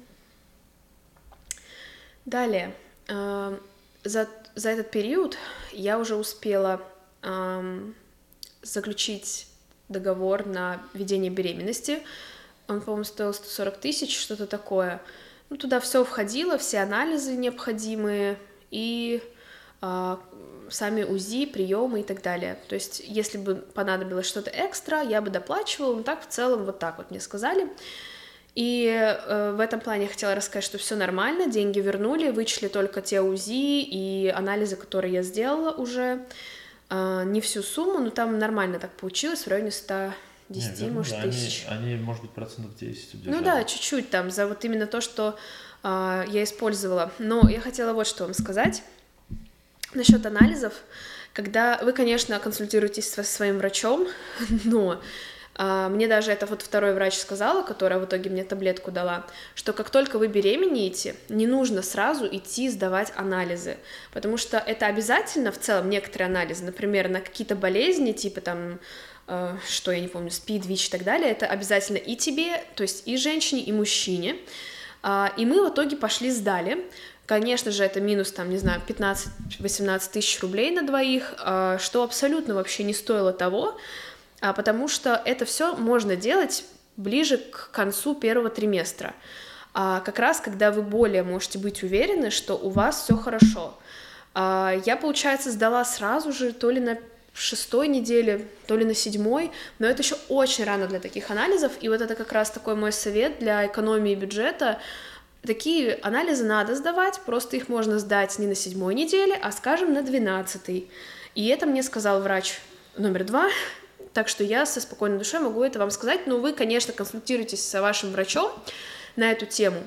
Далее. Э, за, за этот период я уже успела э, заключить договор на ведение беременности. Он, по-моему, стоил сто сорок тысяч, что-то такое. Ну, туда все входило, все анализы необходимые и э, сами УЗИ, приемы и так далее. То есть, если бы понадобилось что-то экстра, я бы доплачивала, но так в целом вот так вот мне сказали. И э, в этом плане я хотела рассказать, что все нормально, деньги вернули, вычли только те УЗИ и анализы, которые я сделала уже, э, не всю сумму, но там нормально так получилось, в районе ста десяти, Не, может, да, тысяч. Они, они, может быть, процентов десять удержали. Ну да, чуть-чуть там, за вот именно то, что э, я использовала. Но я хотела вот что вам сказать насчет анализов. Когда вы, конечно, консультируетесь со своим врачом, но э, мне даже это вот второй врач сказала, которая в итоге мне таблетку дала, что как только вы беременеете, не нужно сразу идти сдавать анализы, потому что это обязательно в целом некоторые анализы, например, на какие-то болезни, типа там, э, что я не помню, СПИД, ВИЧ и так далее, это обязательно и тебе, то есть и женщине, и мужчине. Э, и мы в итоге пошли сдали. Конечно же, это минус, там, не знаю, пятнадцать-восемнадцать тысяч рублей на двоих, что абсолютно вообще не стоило того, потому что это все можно делать ближе к концу первого триместра, как раз когда вы более можете быть уверены, что у вас все хорошо. Я, получается, сдала сразу же то ли на шестой неделе, то ли на седьмой, но это еще очень рано для таких анализов, и вот это как раз такой мой совет для экономии бюджета. Такие анализы надо сдавать, просто их можно сдать не на седьмой неделе, а, скажем, на двенадцатой. И это мне сказал врач номер два, так что я со спокойной душой могу это вам сказать, но вы, конечно, консультируйтесь с вашим врачом на эту тему,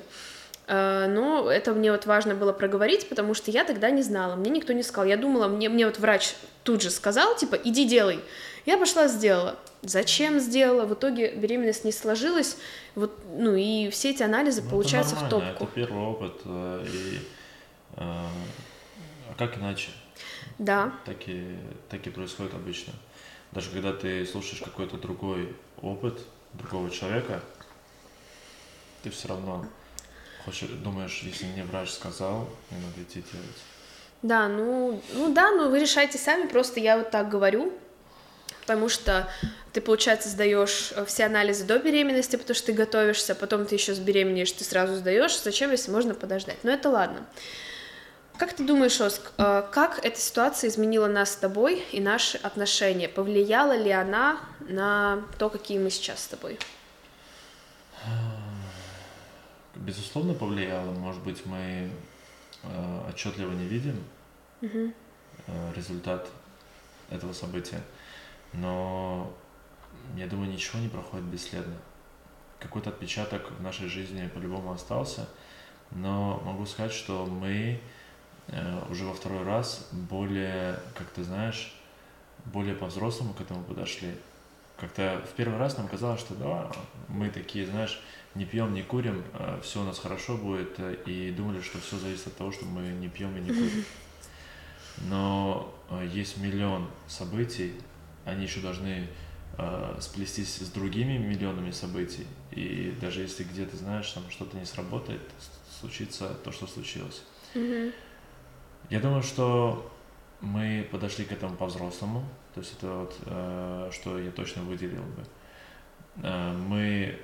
но это мне вот важно было проговорить, потому что я тогда не знала, мне никто не сказал, я думала, мне, мне вот врач тут же сказал, типа, иди делай, я пошла сделала. Зачем сделала? В итоге беременность не сложилась, вот, ну и все эти анализы, ну, получаются в топку. Это первый опыт, и а как иначе? Да. Так и, так и происходит обычно. Даже когда ты слушаешь какой-то другой опыт другого человека, ты все равно хочешь, думаешь, если мне врач сказал, мне надо идти делать. Да, ну, ну да, ну вы решайте сами, просто я вот так говорю. Потому что ты, получается, сдаешь все анализы до беременности, потому что ты готовишься, потом ты еще забеременеешь, ты сразу сдаешь. Зачем, если можно подождать? Но это ладно. Как ты думаешь, Оск, как эта ситуация изменила нас с тобой и наши отношения? Повлияла ли она на то, какие мы сейчас с тобой? Безусловно, повлияла. Может быть, мы э, отчетливо не видим угу. э, результат этого события. Но, я думаю, ничего не проходит бесследно. Какой-то отпечаток в нашей жизни по-любому остался, но могу сказать, что мы э, уже во второй раз более, как ты знаешь, более по-взрослому к этому подошли. Как-то в первый раз нам казалось, что да, мы такие, знаешь, не пьем, не курим, э, все у нас хорошо будет, и думали, что все зависит от того, что мы не пьем и не курим. Но э, есть миллион событий, они еще должны э, сплестись с другими миллионами событий, и даже если где-то, знаешь, там что-то не сработает, случится то, что случилось. Mm-hmm. Я думаю, что мы подошли к этому по-взрослому, то есть это вот, э, что я точно выделил бы. Э, мы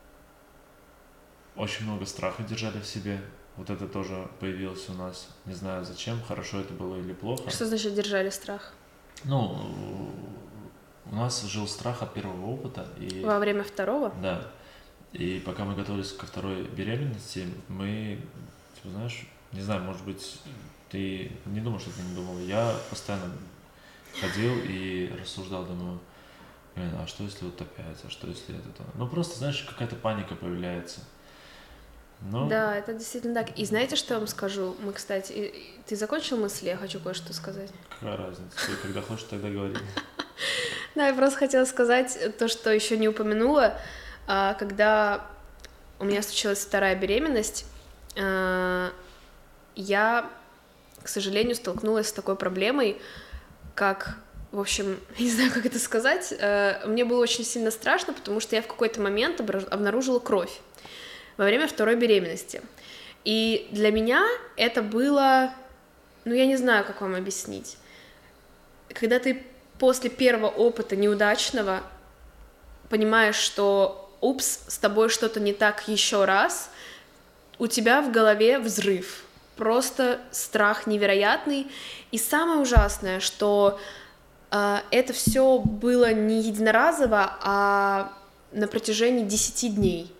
очень много страха держали в себе, вот это тоже появилось у нас, не знаю зачем, хорошо это было или плохо. Что значит держали страх? Ну, у нас жил страх от первого опыта. И, во время второго? Да. И пока мы готовились ко второй беременности, мы, типа, знаешь, не знаю, может быть, ты не думал, что ты не думал. Я постоянно ходил и рассуждал, думаю, блин, а что если вот опять, а что если это то? Ну, просто, знаешь, какая-то паника появляется. Но... Да, это действительно так. И знаете, что я вам скажу? Мы, кстати, ты закончил мысли? Я хочу кое-что сказать. Какая разница? Ты когда хочешь, тогда говори. Да, я просто хотела сказать то, что еще не упомянула. Когда у меня случилась вторая беременность, я, к сожалению, столкнулась с такой проблемой, как, в общем, не знаю, как это сказать. Мне было очень сильно страшно, потому что я в какой-то момент обнаружила кровь во время второй беременности. И для меня это было, ну, я не знаю, как вам объяснить. Когда ты после первого опыта неудачного понимаешь, что, упс, с тобой что-то не так еще раз, у тебя в голове взрыв, просто страх невероятный. И самое ужасное, что э, это все было не единоразово, а на протяжении десяти дней.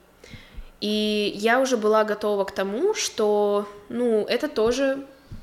И я уже была готова к тому, что, ну, это тоже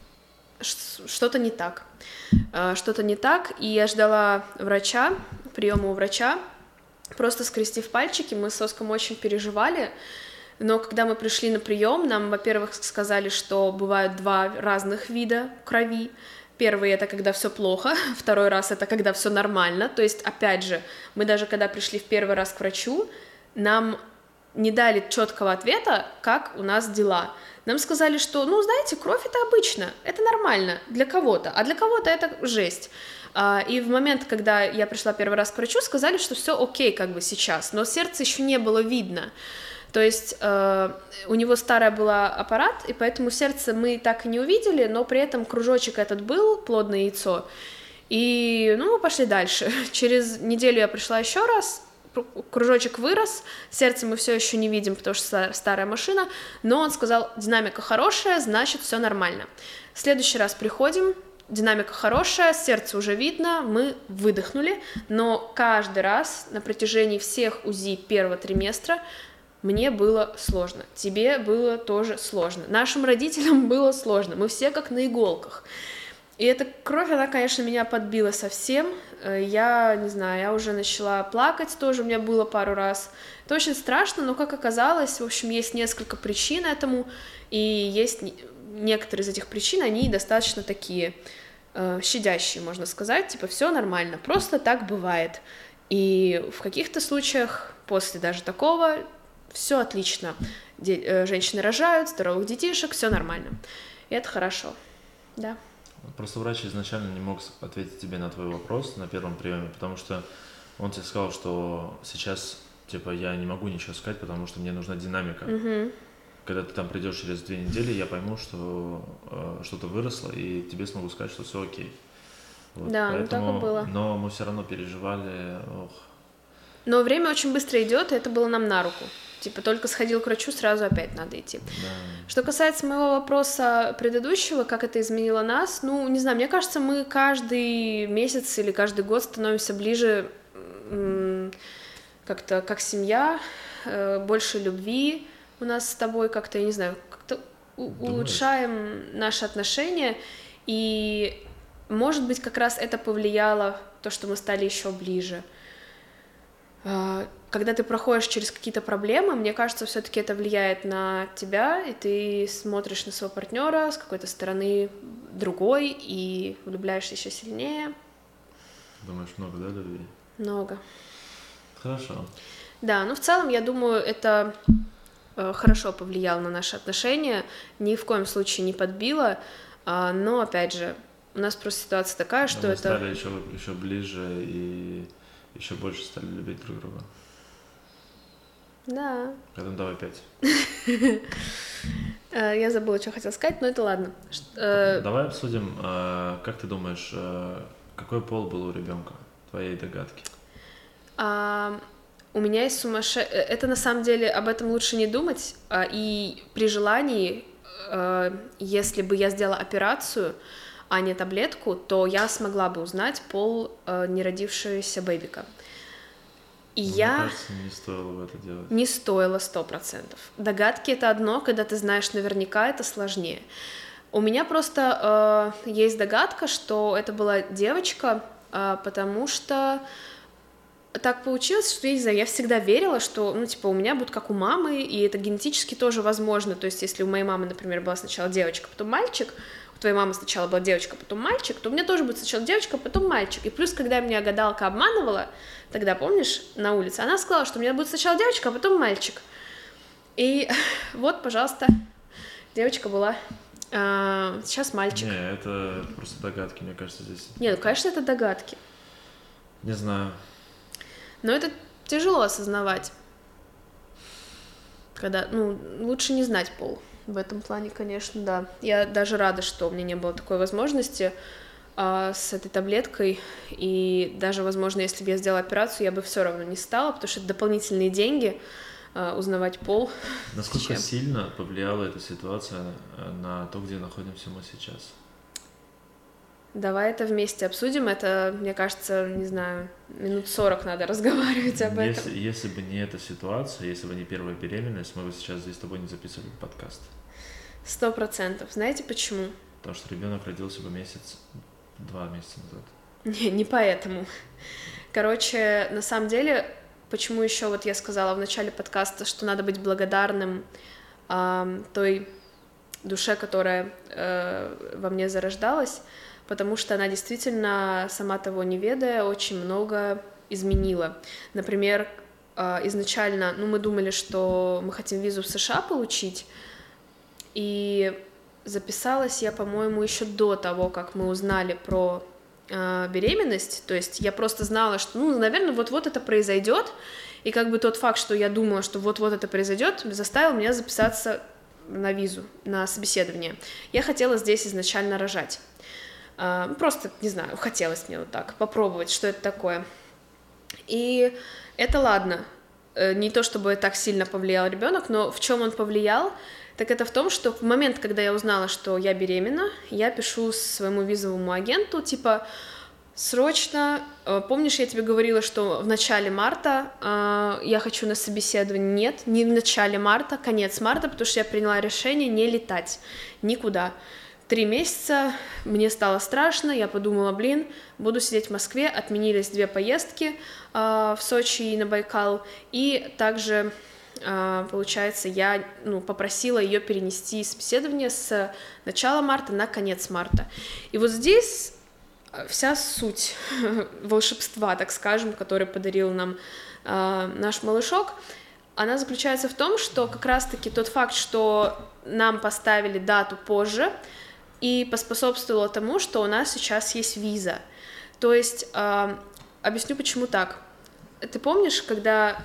что-то не так. Что-то не так, и я ждала врача, приема у врача, просто скрестив пальчики, мы с Оском очень переживали, но когда мы пришли на прием, нам, во-первых, сказали, что бывают два разных вида крови. Первый — это когда все плохо, второй раз — это когда все нормально, то есть, опять же, мы даже когда пришли в первый раз к врачу, нам не дали четкого ответа, как у нас дела. Нам сказали, что, ну, знаете, кровь — это обычно, это нормально для кого-то, а для кого-то это жесть. И в момент, когда я пришла первый раз к врачу, сказали, что все окей как бы сейчас, но сердце еще не было видно. То есть э, у него старый был аппарат, и поэтому сердце мы так и не увидели, но при этом кружочек этот был, плодное яйцо. И, ну, мы пошли дальше. Через неделю я пришла еще раз, кружочек вырос, сердце мы все еще не видим, потому что старая машина, но он сказал, динамика хорошая, значит, все нормально. В следующий раз приходим, динамика хорошая, сердце уже видно, мы выдохнули, но каждый раз на протяжении всех УЗИ первого триместра мне было сложно, тебе было тоже сложно, нашим родителям было сложно, мы все как на иголках. И эта кровь, она, конечно, меня подбила совсем. Я, не знаю, я уже начала плакать тоже, у меня было пару раз. Это очень страшно, но, как оказалось, в общем, есть несколько причин этому, и есть некоторые из этих причин, они достаточно такие э, щадящие, можно сказать, типа, все нормально, просто так бывает. И в каких-то случаях, после даже такого, все отлично. Де- э, женщины рожают, здоровых детишек, все нормально. И это хорошо, да. Просто врач изначально не мог ответить тебе на твой вопрос на первом приеме, потому что он тебе сказал, что сейчас, типа, я не могу ничего сказать, потому что мне нужна динамика. Mm-hmm. Когда ты там придешь через две недели, я пойму, что э, что-то выросло, и тебе смогу сказать, что все окей. Вот, да, поэтому, ну так и было. Но мы все равно переживали. Ох. Но время очень быстро идет, и это было нам на руку. Типа, только сходил к врачу, сразу опять надо идти. Да. Что касается моего вопроса предыдущего, как это изменило нас, ну, не знаю, мне кажется, мы каждый месяц или каждый год становимся ближе м- как-то как семья, э- больше любви у нас с тобой, как-то, я не знаю, как-то у- улучшаем наши отношения, и, может быть, как раз это повлияло, то, что мы стали еще ближе. Когда ты проходишь через какие-то проблемы, мне кажется, все-таки это влияет на тебя, и ты смотришь на своего партнера с какой-то стороны другой и влюбляешься еще сильнее. Думаешь, много, да, любви? Много. Хорошо. Да, ну в целом, я думаю, это э, хорошо повлияло на наши отношения, ни в коем случае не подбило, э, но, опять же, у нас просто ситуация такая, что мы это... стали еще, еще ближе, и еще больше стали любить друг друга. Да. Поэтому давай пять. Я забыла, что хотела сказать, но это ладно. Давай обсудим, как ты думаешь, какой пол был у ребенка, твоей догадки? А, у меня есть сумасшедший... Это на самом деле об этом лучше не думать, и при желании, если бы я сделала операцию, а не таблетку, то я смогла бы узнать пол неродившегося бэбика. И Мне я... кажется, не стоило бы это делать. Не стоило сто процентов. Догадки — это одно, когда ты знаешь наверняка, это сложнее. У меня просто э, есть догадка, что это была девочка, э, потому что так получилось, что, я не знаю, я всегда верила, что, ну, типа, у меня будет как у мамы, и это генетически тоже возможно. То есть, если у моей мамы, например, была сначала девочка, потом мальчик, у твоей мамы сначала была девочка, потом мальчик, то у меня тоже будет сначала девочка, потом мальчик. И плюс, когда меня гадалка обманывала, тогда, помнишь, на улице, она сказала, что у меня будет сначала девочка, а потом мальчик. И вот, пожалуйста, девочка была, а сейчас мальчик. Не, это просто догадки, мне кажется, здесь. Нет, ну, конечно, это догадки. Не знаю. Но это тяжело осознавать, когда, ну, лучше не знать пол. В этом плане, конечно, да. Я даже рада, что у меня не было такой возможности а, с этой таблеткой, и даже, возможно, если бы я сделала операцию, я бы все равно не стала, потому что это дополнительные деньги, а, узнавать пол. Насколько Зачем? Сильно повлияла эта ситуация на то, где находимся мы сейчас? Давай это вместе обсудим. Это, мне кажется, не знаю, минут сорок надо разговаривать об если, этом. Если бы не эта ситуация, если бы не первая беременность, мы бы сейчас здесь с тобой не записывали подкаст. Сто процентов. Знаете почему? Потому что ребенок родился бы месяц, два месяца назад. Не, не поэтому. Короче, на самом деле, почему еще вот я сказала в начале подкаста, что надо быть благодарным э, той душе, которая э, во мне зарождалась, потому что она действительно, сама того не ведая, очень много изменила. Например, изначально, ну, мы думали, что мы хотим визу в США получить, и записалась я, по-моему, еще до того, как мы узнали про э, беременность, то есть я просто знала, что, ну, наверное, вот-вот это произойдет, и как бы тот факт, что я думала, что вот-вот это произойдет, заставил меня записаться на визу, на собеседование. Я хотела здесь изначально рожать. Просто, не знаю, хотелось мне вот так попробовать, что это такое. И это ладно, не то чтобы так сильно повлиял ребенок, но в чем он повлиял, так это в том, что в момент, когда я узнала, что я беременна, я пишу своему визовому агенту, типа, срочно, помнишь, я тебе говорила, что в начале марта э, я хочу на собеседование? Нет, не в начале марта, конец марта, потому что я приняла решение не летать никуда. Три месяца, мне стало страшно, я подумала, блин, буду сидеть в Москве, отменились две поездки э, в Сочи и на Байкал, и также, э, получается, я ну, попросила ее перенести собеседование с начала марта на конец марта. И вот здесь вся суть волшебства, так скажем, который подарил нам э, наш малышок, она заключается в том, что как раз-таки тот факт, что нам поставили дату позже, и поспособствовало тому, что у нас сейчас есть виза. То есть, э, объясню, почему так. Ты помнишь, когда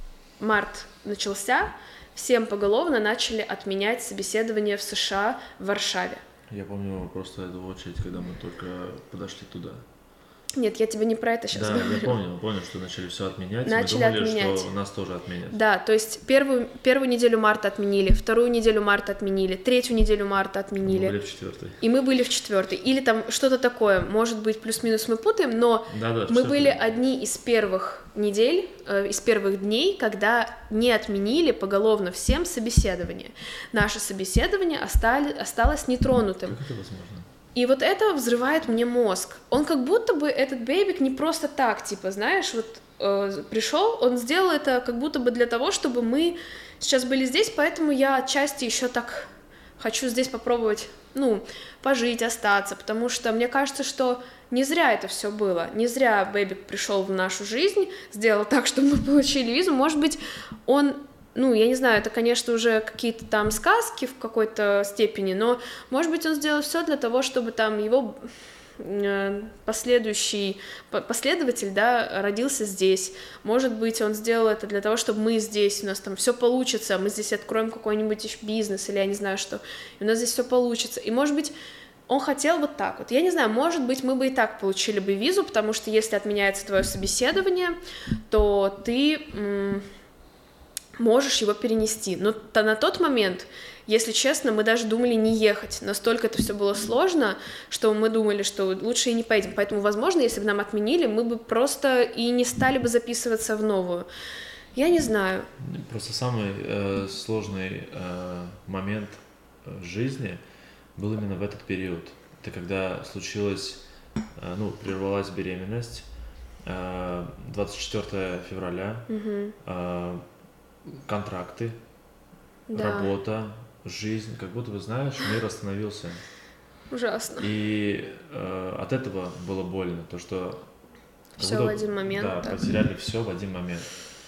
март начался, всем поголовно начали отменять собеседование в США в Варшаве? Я помню просто эту очередь, когда мы только подошли туда. Нет, я тебе не про это сейчас да, говорю. Да, я помню, помню, что начали все отменять. Начали мы думали, отменять. Что нас тоже отменят. Да, то есть первую, первую неделю марта отменили, вторую неделю марта отменили, третью неделю марта отменили. Мы были в четвертой. И мы были в четвертой. Или там что-то такое, может быть, плюс-минус мы путаем, но да, да, мы были одни из первых недель, э, из первых дней, когда не отменили поголовно всем собеседование. Наше собеседование остали, осталось нетронутым. Как это возможно? И вот это взрывает мне мозг. Он как будто бы, этот бейбик, не просто так, типа, знаешь, вот э, пришел, он сделал это как будто бы для того, чтобы мы сейчас были здесь, поэтому я отчасти еще так хочу здесь попробовать, ну, пожить, остаться, потому что мне кажется, что не зря это все было, не зря бейбик пришел в нашу жизнь, сделал так, чтобы мы получили визу, может быть, он... Ну, я не знаю, это, конечно, уже какие-то там сказки в какой-то степени, но, может быть, он сделал все для того, чтобы там его последующий последователь, да, родился здесь. Может быть, он сделал это для того, чтобы мы здесь, у нас там все получится, мы здесь откроем какой-нибудь еще бизнес, или я не знаю что, и у нас здесь все получится. И, может быть, он хотел вот так вот. Я не знаю, может быть, мы бы и так получили бы визу, потому что если отменяется твое собеседование, то ты м- можешь его перенести. Но то на тот момент, если честно, мы даже думали не ехать. Настолько это все было сложно, что мы думали, что лучше и не поедем. Поэтому, возможно, если бы нам отменили, мы бы просто и не стали бы записываться в новую. Я не знаю. Просто самый э, сложный э, момент в жизни был именно в этот период. Это когда случилась, э, ну, прервалась беременность, э, двадцать четвёртого февраля, Угу. э, контракты, Да. работа, жизнь, как будто бы, знаешь, мир остановился. Ужасно. И э, от этого было больно, то что все будто, в один момент. Да, так. потеряли все в один момент.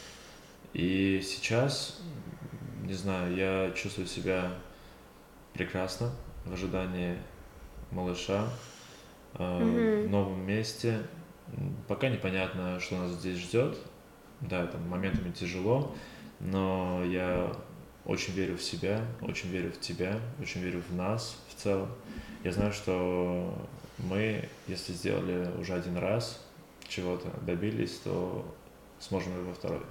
И сейчас, не знаю, я чувствую себя прекрасно в ожидании малыша, э, Мгм. в новом месте. Пока непонятно, что нас здесь ждет. Да, там моментами тяжело, но я очень верю в себя, очень верю в тебя, очень верю в нас в целом. Я знаю, что мы, если сделали уже один раз, чего-то добились, то сможем и во второй.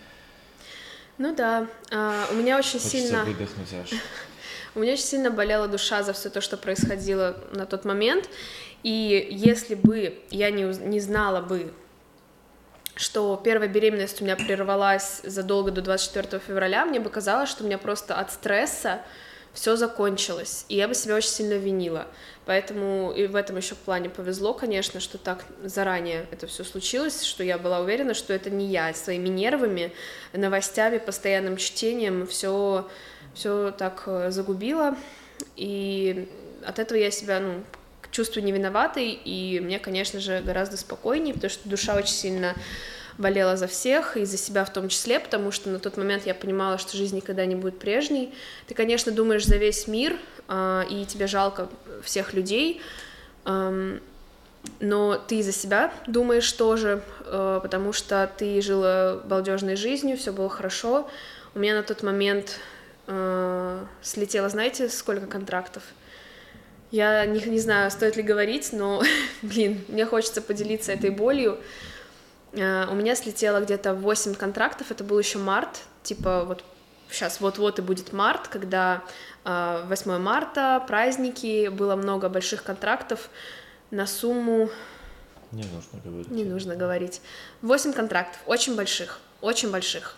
Ну да, а, у меня очень Хочется сильно... выдохнуть аж. У меня очень сильно болела душа за все то, что происходило на тот момент, и если бы я не, уз- не знала бы, что первая беременность у меня прервалась задолго до двадцать четвёртого февраля, мне бы казалось, что у меня просто от стресса все закончилось, и я бы себя очень сильно винила. Поэтому и в этом еще плане повезло, конечно, что так заранее это все случилось, что я была уверена, что это не я, своими нервами, новостями, постоянным чтением все, все так э, загубила, и от этого я себя, ну, чувствую не виноватой, и мне, конечно же, гораздо спокойнее, потому что душа очень сильно болела за всех, и за себя в том числе, потому что на тот момент я понимала, что жизнь никогда не будет прежней. Ты, конечно, думаешь за весь мир, э, и тебе жалко всех людей, э, но ты за себя думаешь тоже, э, потому что ты жила балдежной жизнью, все было хорошо. У меня на тот момент э, слетело, знаете, сколько контрактов? Я не, не знаю, стоит ли говорить, но, блин, мне хочется поделиться этой болью. Uh, у меня слетело где-то восемь контрактов, это был еще март, типа вот сейчас вот-вот и будет март, когда uh, восьмое марта, праздники, было много больших контрактов на сумму... Не нужно говорить. Не нужно говорить. восемь контрактов, очень больших, очень больших.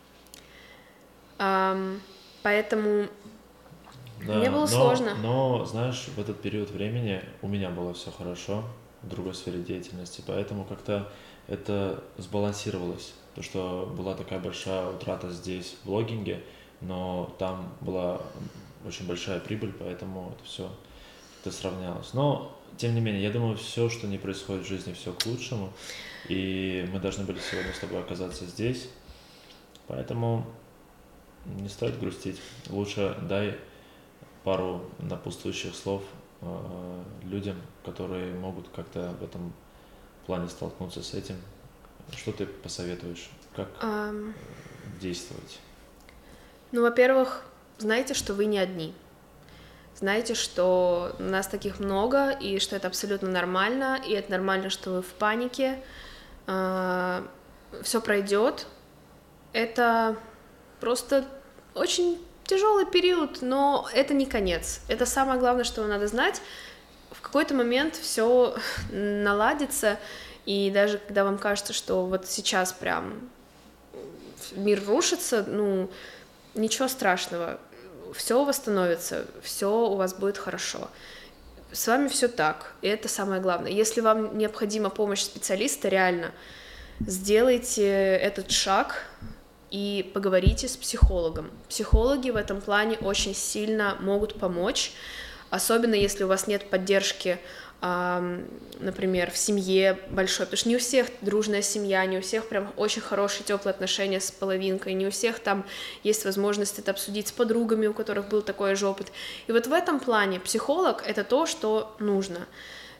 Um, поэтому Да, мне было но, сложно. Но, знаешь, в этот период времени у меня было все хорошо в другой сфере деятельности, поэтому как-то это сбалансировалось. То, что была такая большая утрата здесь, в блогинге, но там была очень большая прибыль, поэтому это все это сравнялось. Но, тем не менее, я думаю, все, что не происходит в жизни, все к лучшему. И мы должны были сегодня с тобой оказаться здесь. Поэтому не стоит грустить. Лучше дай пару напутствующих слов э, людям, которые могут как-то в этом плане столкнуться с этим. Что ты посоветуешь? Как um, действовать? Ну, во-первых, знайте, что вы не одни. Знайте, что нас таких много, и что это абсолютно нормально, и это нормально, что вы в панике. Uh, все пройдет. Это просто очень тяжелый период, но это не конец. Это самое главное, что вам надо знать. В какой-то момент все наладится, и даже когда вам кажется, что вот сейчас прям мир рушится, ну, ничего страшного, все восстановится, все у вас будет хорошо. С вами все так, и это самое главное. Если вам необходима помощь специалиста, реально, сделайте этот шаг и поговорите с психологом. Психологи в этом плане очень сильно могут помочь, особенно если у вас нет поддержки, например, в семье большой, потому что не у всех дружная семья, не у всех прям очень хорошие, теплые отношения с половинкой, не у всех там есть возможность это обсудить с подругами, у которых был такой же опыт. И вот в этом плане психолог — это то, что нужно.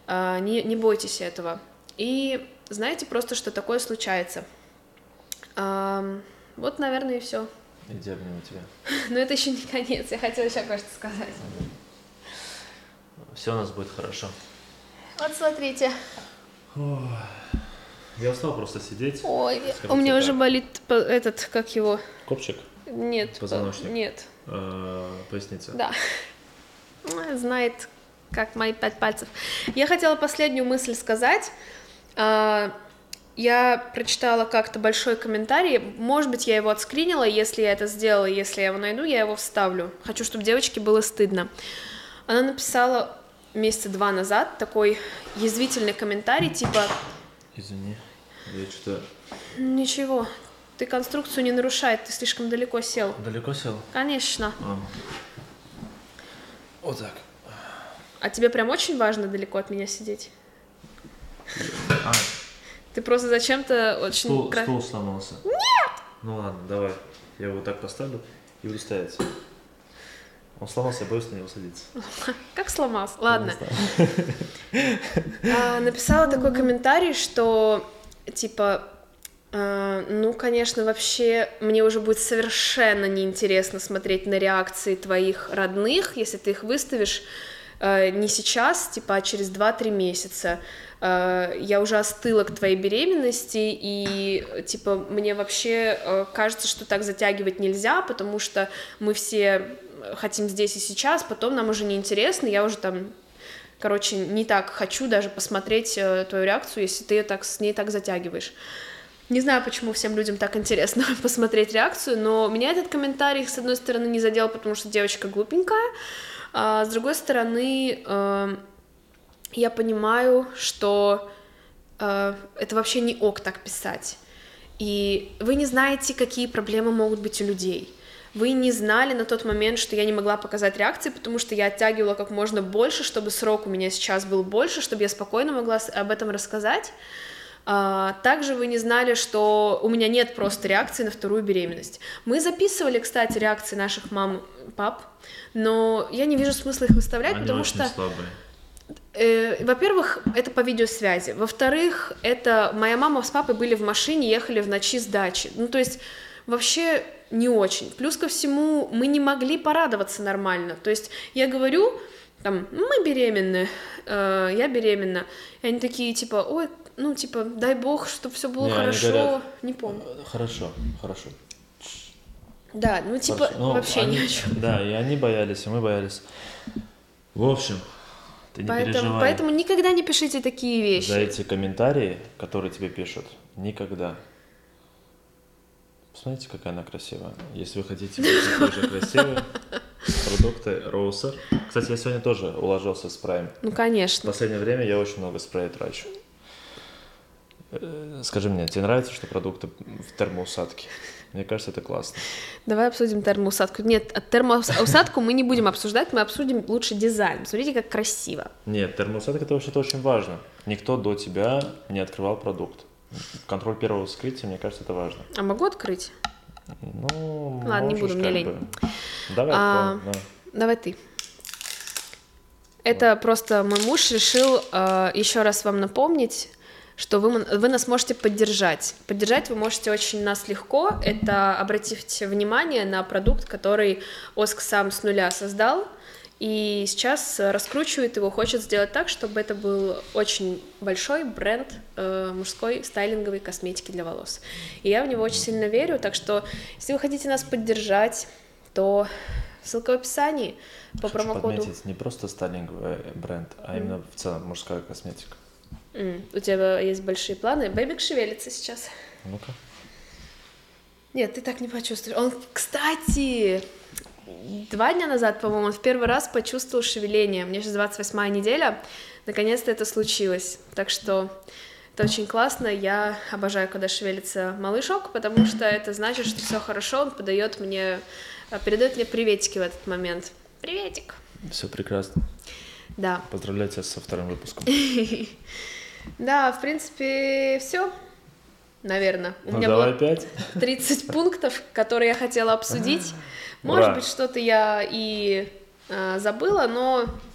А, не, не бойтесь этого. И знаете просто, что такое случается. А, вот, наверное, и все. Иди обниму тебя. Но это еще не конец, я хотела еще кое-что сказать. Все у нас будет хорошо. Вот смотрите. Ой. Я устал просто сидеть. Ой, Скажите, у меня так. уже болит этот, как его? Копчик? Нет. Позвоночник? Нет. А, поясница? Да. Знает, как мои пять пальцев. Я хотела последнюю мысль сказать. Я прочитала как-то большой комментарий, может быть, я его отскринила, если я это сделала, если я его найду, я его вставлю. Хочу, чтобы девочке было стыдно. Она написала месяца два назад такой язвительный комментарий, типа... Извини, я что-то... Ничего, ты конструкцию не нарушай, ты слишком далеко сел. Далеко сел? Конечно. А. Вот так. А тебе прям очень важно далеко от меня сидеть? А. Ты просто зачем-то очень... Стул, кра... стул сломался. Нет! Ну ладно, давай. Я его так поставлю и буду стоять. Он сломался, я боюсь на него садиться. Как сломался? Ладно. А, написала такой комментарий, что типа, а, ну, конечно, вообще мне уже будет совершенно неинтересно смотреть на реакции твоих родных, если ты их выставишь а, не сейчас, типа, а через два-три месяца. А, я уже остыла к твоей беременности, и, типа, мне вообще а, кажется, что так затягивать нельзя, потому что мы все хотим здесь и сейчас, потом нам уже неинтересно, я уже там, короче, не так хочу даже посмотреть э, твою реакцию, если ты так, с ней так затягиваешь. Не знаю, почему всем людям так интересно посмотреть реакцию, но меня этот комментарий, с одной стороны, не задел, потому что девочка глупенькая, а с другой стороны, э, я понимаю, что э, это вообще не ок так писать. И вы не знаете, какие проблемы могут быть у людей. Вы не знали на тот момент, что я не могла показать реакции, потому что я оттягивала как можно больше, чтобы срок у меня сейчас был больше, чтобы я спокойно могла об этом рассказать. Также вы не знали, что у меня нет просто реакции на вторую беременность. Мы записывали, кстати, реакции наших мам и пап, но я не вижу смысла их выставлять, Они потому очень что... слабые. Э, во-первых, это по видеосвязи. Во-вторых, это моя мама с папой были в машине, ехали в ночи с дачи. Ну, то есть вообще не очень. Плюс ко всему, мы не могли порадоваться нормально. То есть я говорю, там, мы беременны, э, я беременна. И они такие, типа, ой, ну, типа, дай бог, чтобы все было не, хорошо. говорят, не помню. Хорошо, хорошо. Да, ну, типа, ну, вообще они, ни о чем. Да, и они боялись, и мы боялись. В общем, ты не Поэтому, переживай. поэтому никогда не пишите такие вещи. За эти комментарии, которые тебе пишут, никогда. Посмотрите, какая она красивая. Если вы хотите быть такой же красивой, продукты Роусер. Кстати, я сегодня тоже уложился спреем. Ну, конечно. В последнее время я очень много спрея трачу. Скажи мне, тебе нравится, что продукты в термоусадке? Мне кажется, это классно. Давай обсудим термоусадку. Нет, термоусадку мы не будем обсуждать, мы обсудим лучше дизайн. Смотрите, как красиво. Нет, термоусадка — это вообще-то очень важно. Никто до тебя не открывал продукт. Контроль первого вскрытия, мне кажется, это важно. А могу открыть? Ну, ладно, не буду, мне лень. Бы. Давай, а, да. Давай ты. Это просто мой муж решил э, еще раз вам напомнить, что вы, вы нас можете поддержать. Поддержать вы можете очень нас легко. Это обратите внимание на продукт, который Оск сам с нуля создал, и сейчас раскручивает его, хочет сделать так, чтобы это был очень большой бренд э, мужской стайлинговой косметики для волос. И я в него очень сильно верю, так что если вы хотите нас поддержать, то ссылка в описании по Хочу промокоду. подметить, не просто стайлинговый бренд, а mm. именно в целом мужская косметика. Mm. У тебя есть большие планы? Бэбик шевелится сейчас. Ну-ка. Нет, ты так не почувствуешь. Он, кстати, два дня назад, по-моему, он в первый раз почувствовал шевеление. Мне сейчас двадцать восьмая неделя. Наконец-то это случилось. Так что это очень классно. Я обожаю, когда шевелится малышок, потому что это значит, что все хорошо. Он подает мне, передает мне приветики в этот момент. Приветик. Все прекрасно. Да. Поздравляю тебя со вторым выпуском. Да, в принципе, все. Наверное. У ну, меня давай было пять. тридцать пунктов, которые я хотела обсудить. Может Ура. быть, что-то я и э, забыла, но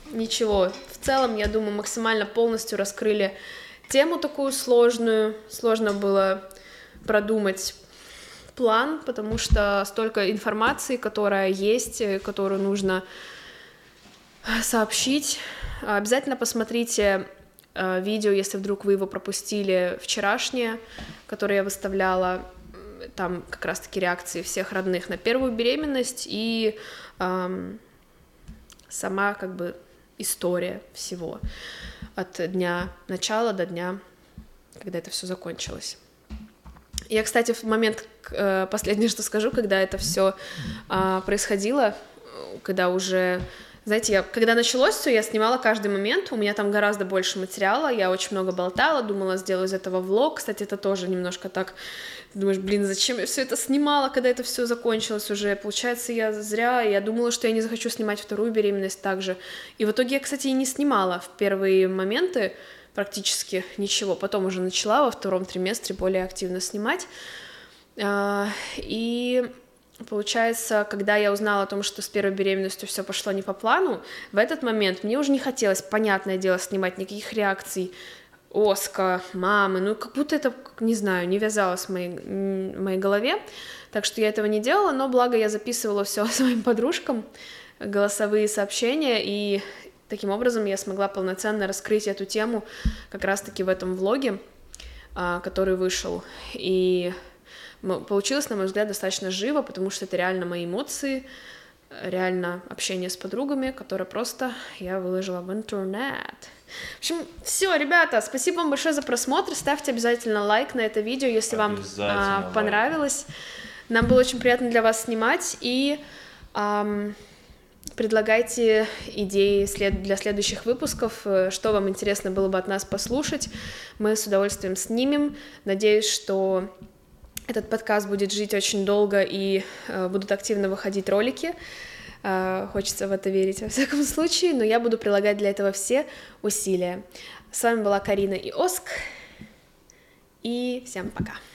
ничего. В целом, я думаю, максимально полностью раскрыли тему такую сложную. Сложно было продумать план, потому что столько информации, которая есть, которую нужно сообщить. Обязательно посмотрите видео, если вдруг вы его пропустили, вчерашнее, которое я выставляла. Там как раз-таки реакции всех родных на первую беременность и эм, сама как бы история всего от дня начала до дня, когда это все закончилось. Я, кстати, в момент, э, последнее, что скажу, когда это все э, происходило, когда уже... Знаете, я, когда началось все, я снимала каждый момент, у меня там гораздо больше материала, я очень много болтала, думала, сделаю из этого влог, кстати, это тоже немножко так, думаешь, блин, зачем я все это снимала, когда это все закончилось уже, получается, я зря, я думала, что я не захочу снимать вторую беременность также, и в итоге я, кстати, и не снимала в первые моменты практически ничего, потом уже начала во втором триместре более активно снимать, и... Получается, когда я узнала о том, что с первой беременностью все пошло не по плану, в этот момент мне уже не хотелось, понятное дело, снимать никаких реакций Оска, мамы, ну как будто это, не знаю, не вязалось в моей, в моей голове, так что я этого не делала, но благо я записывала все своим подружкам, голосовые сообщения, и таким образом я смогла полноценно раскрыть эту тему как раз-таки в этом влоге, который вышел, и... Получилось, на мой взгляд, достаточно живо, потому что это реально мои эмоции, реально общение с подругами, которое просто я выложила в интернет. В общем, все, ребята, спасибо вам большое за просмотр, ставьте обязательно лайк на это видео, если вам а, понравилось. Нам было очень приятно для вас снимать, и ам, предлагайте идеи след... для следующих выпусков, что вам интересно было бы от нас послушать, мы с удовольствием снимем, надеюсь, что... Этот подкаст будет жить очень долго, и э, будут активно выходить ролики. Э, хочется в это верить во всяком случае, но я буду прилагать для этого все усилия. С вами была Карина и Оск, и всем пока.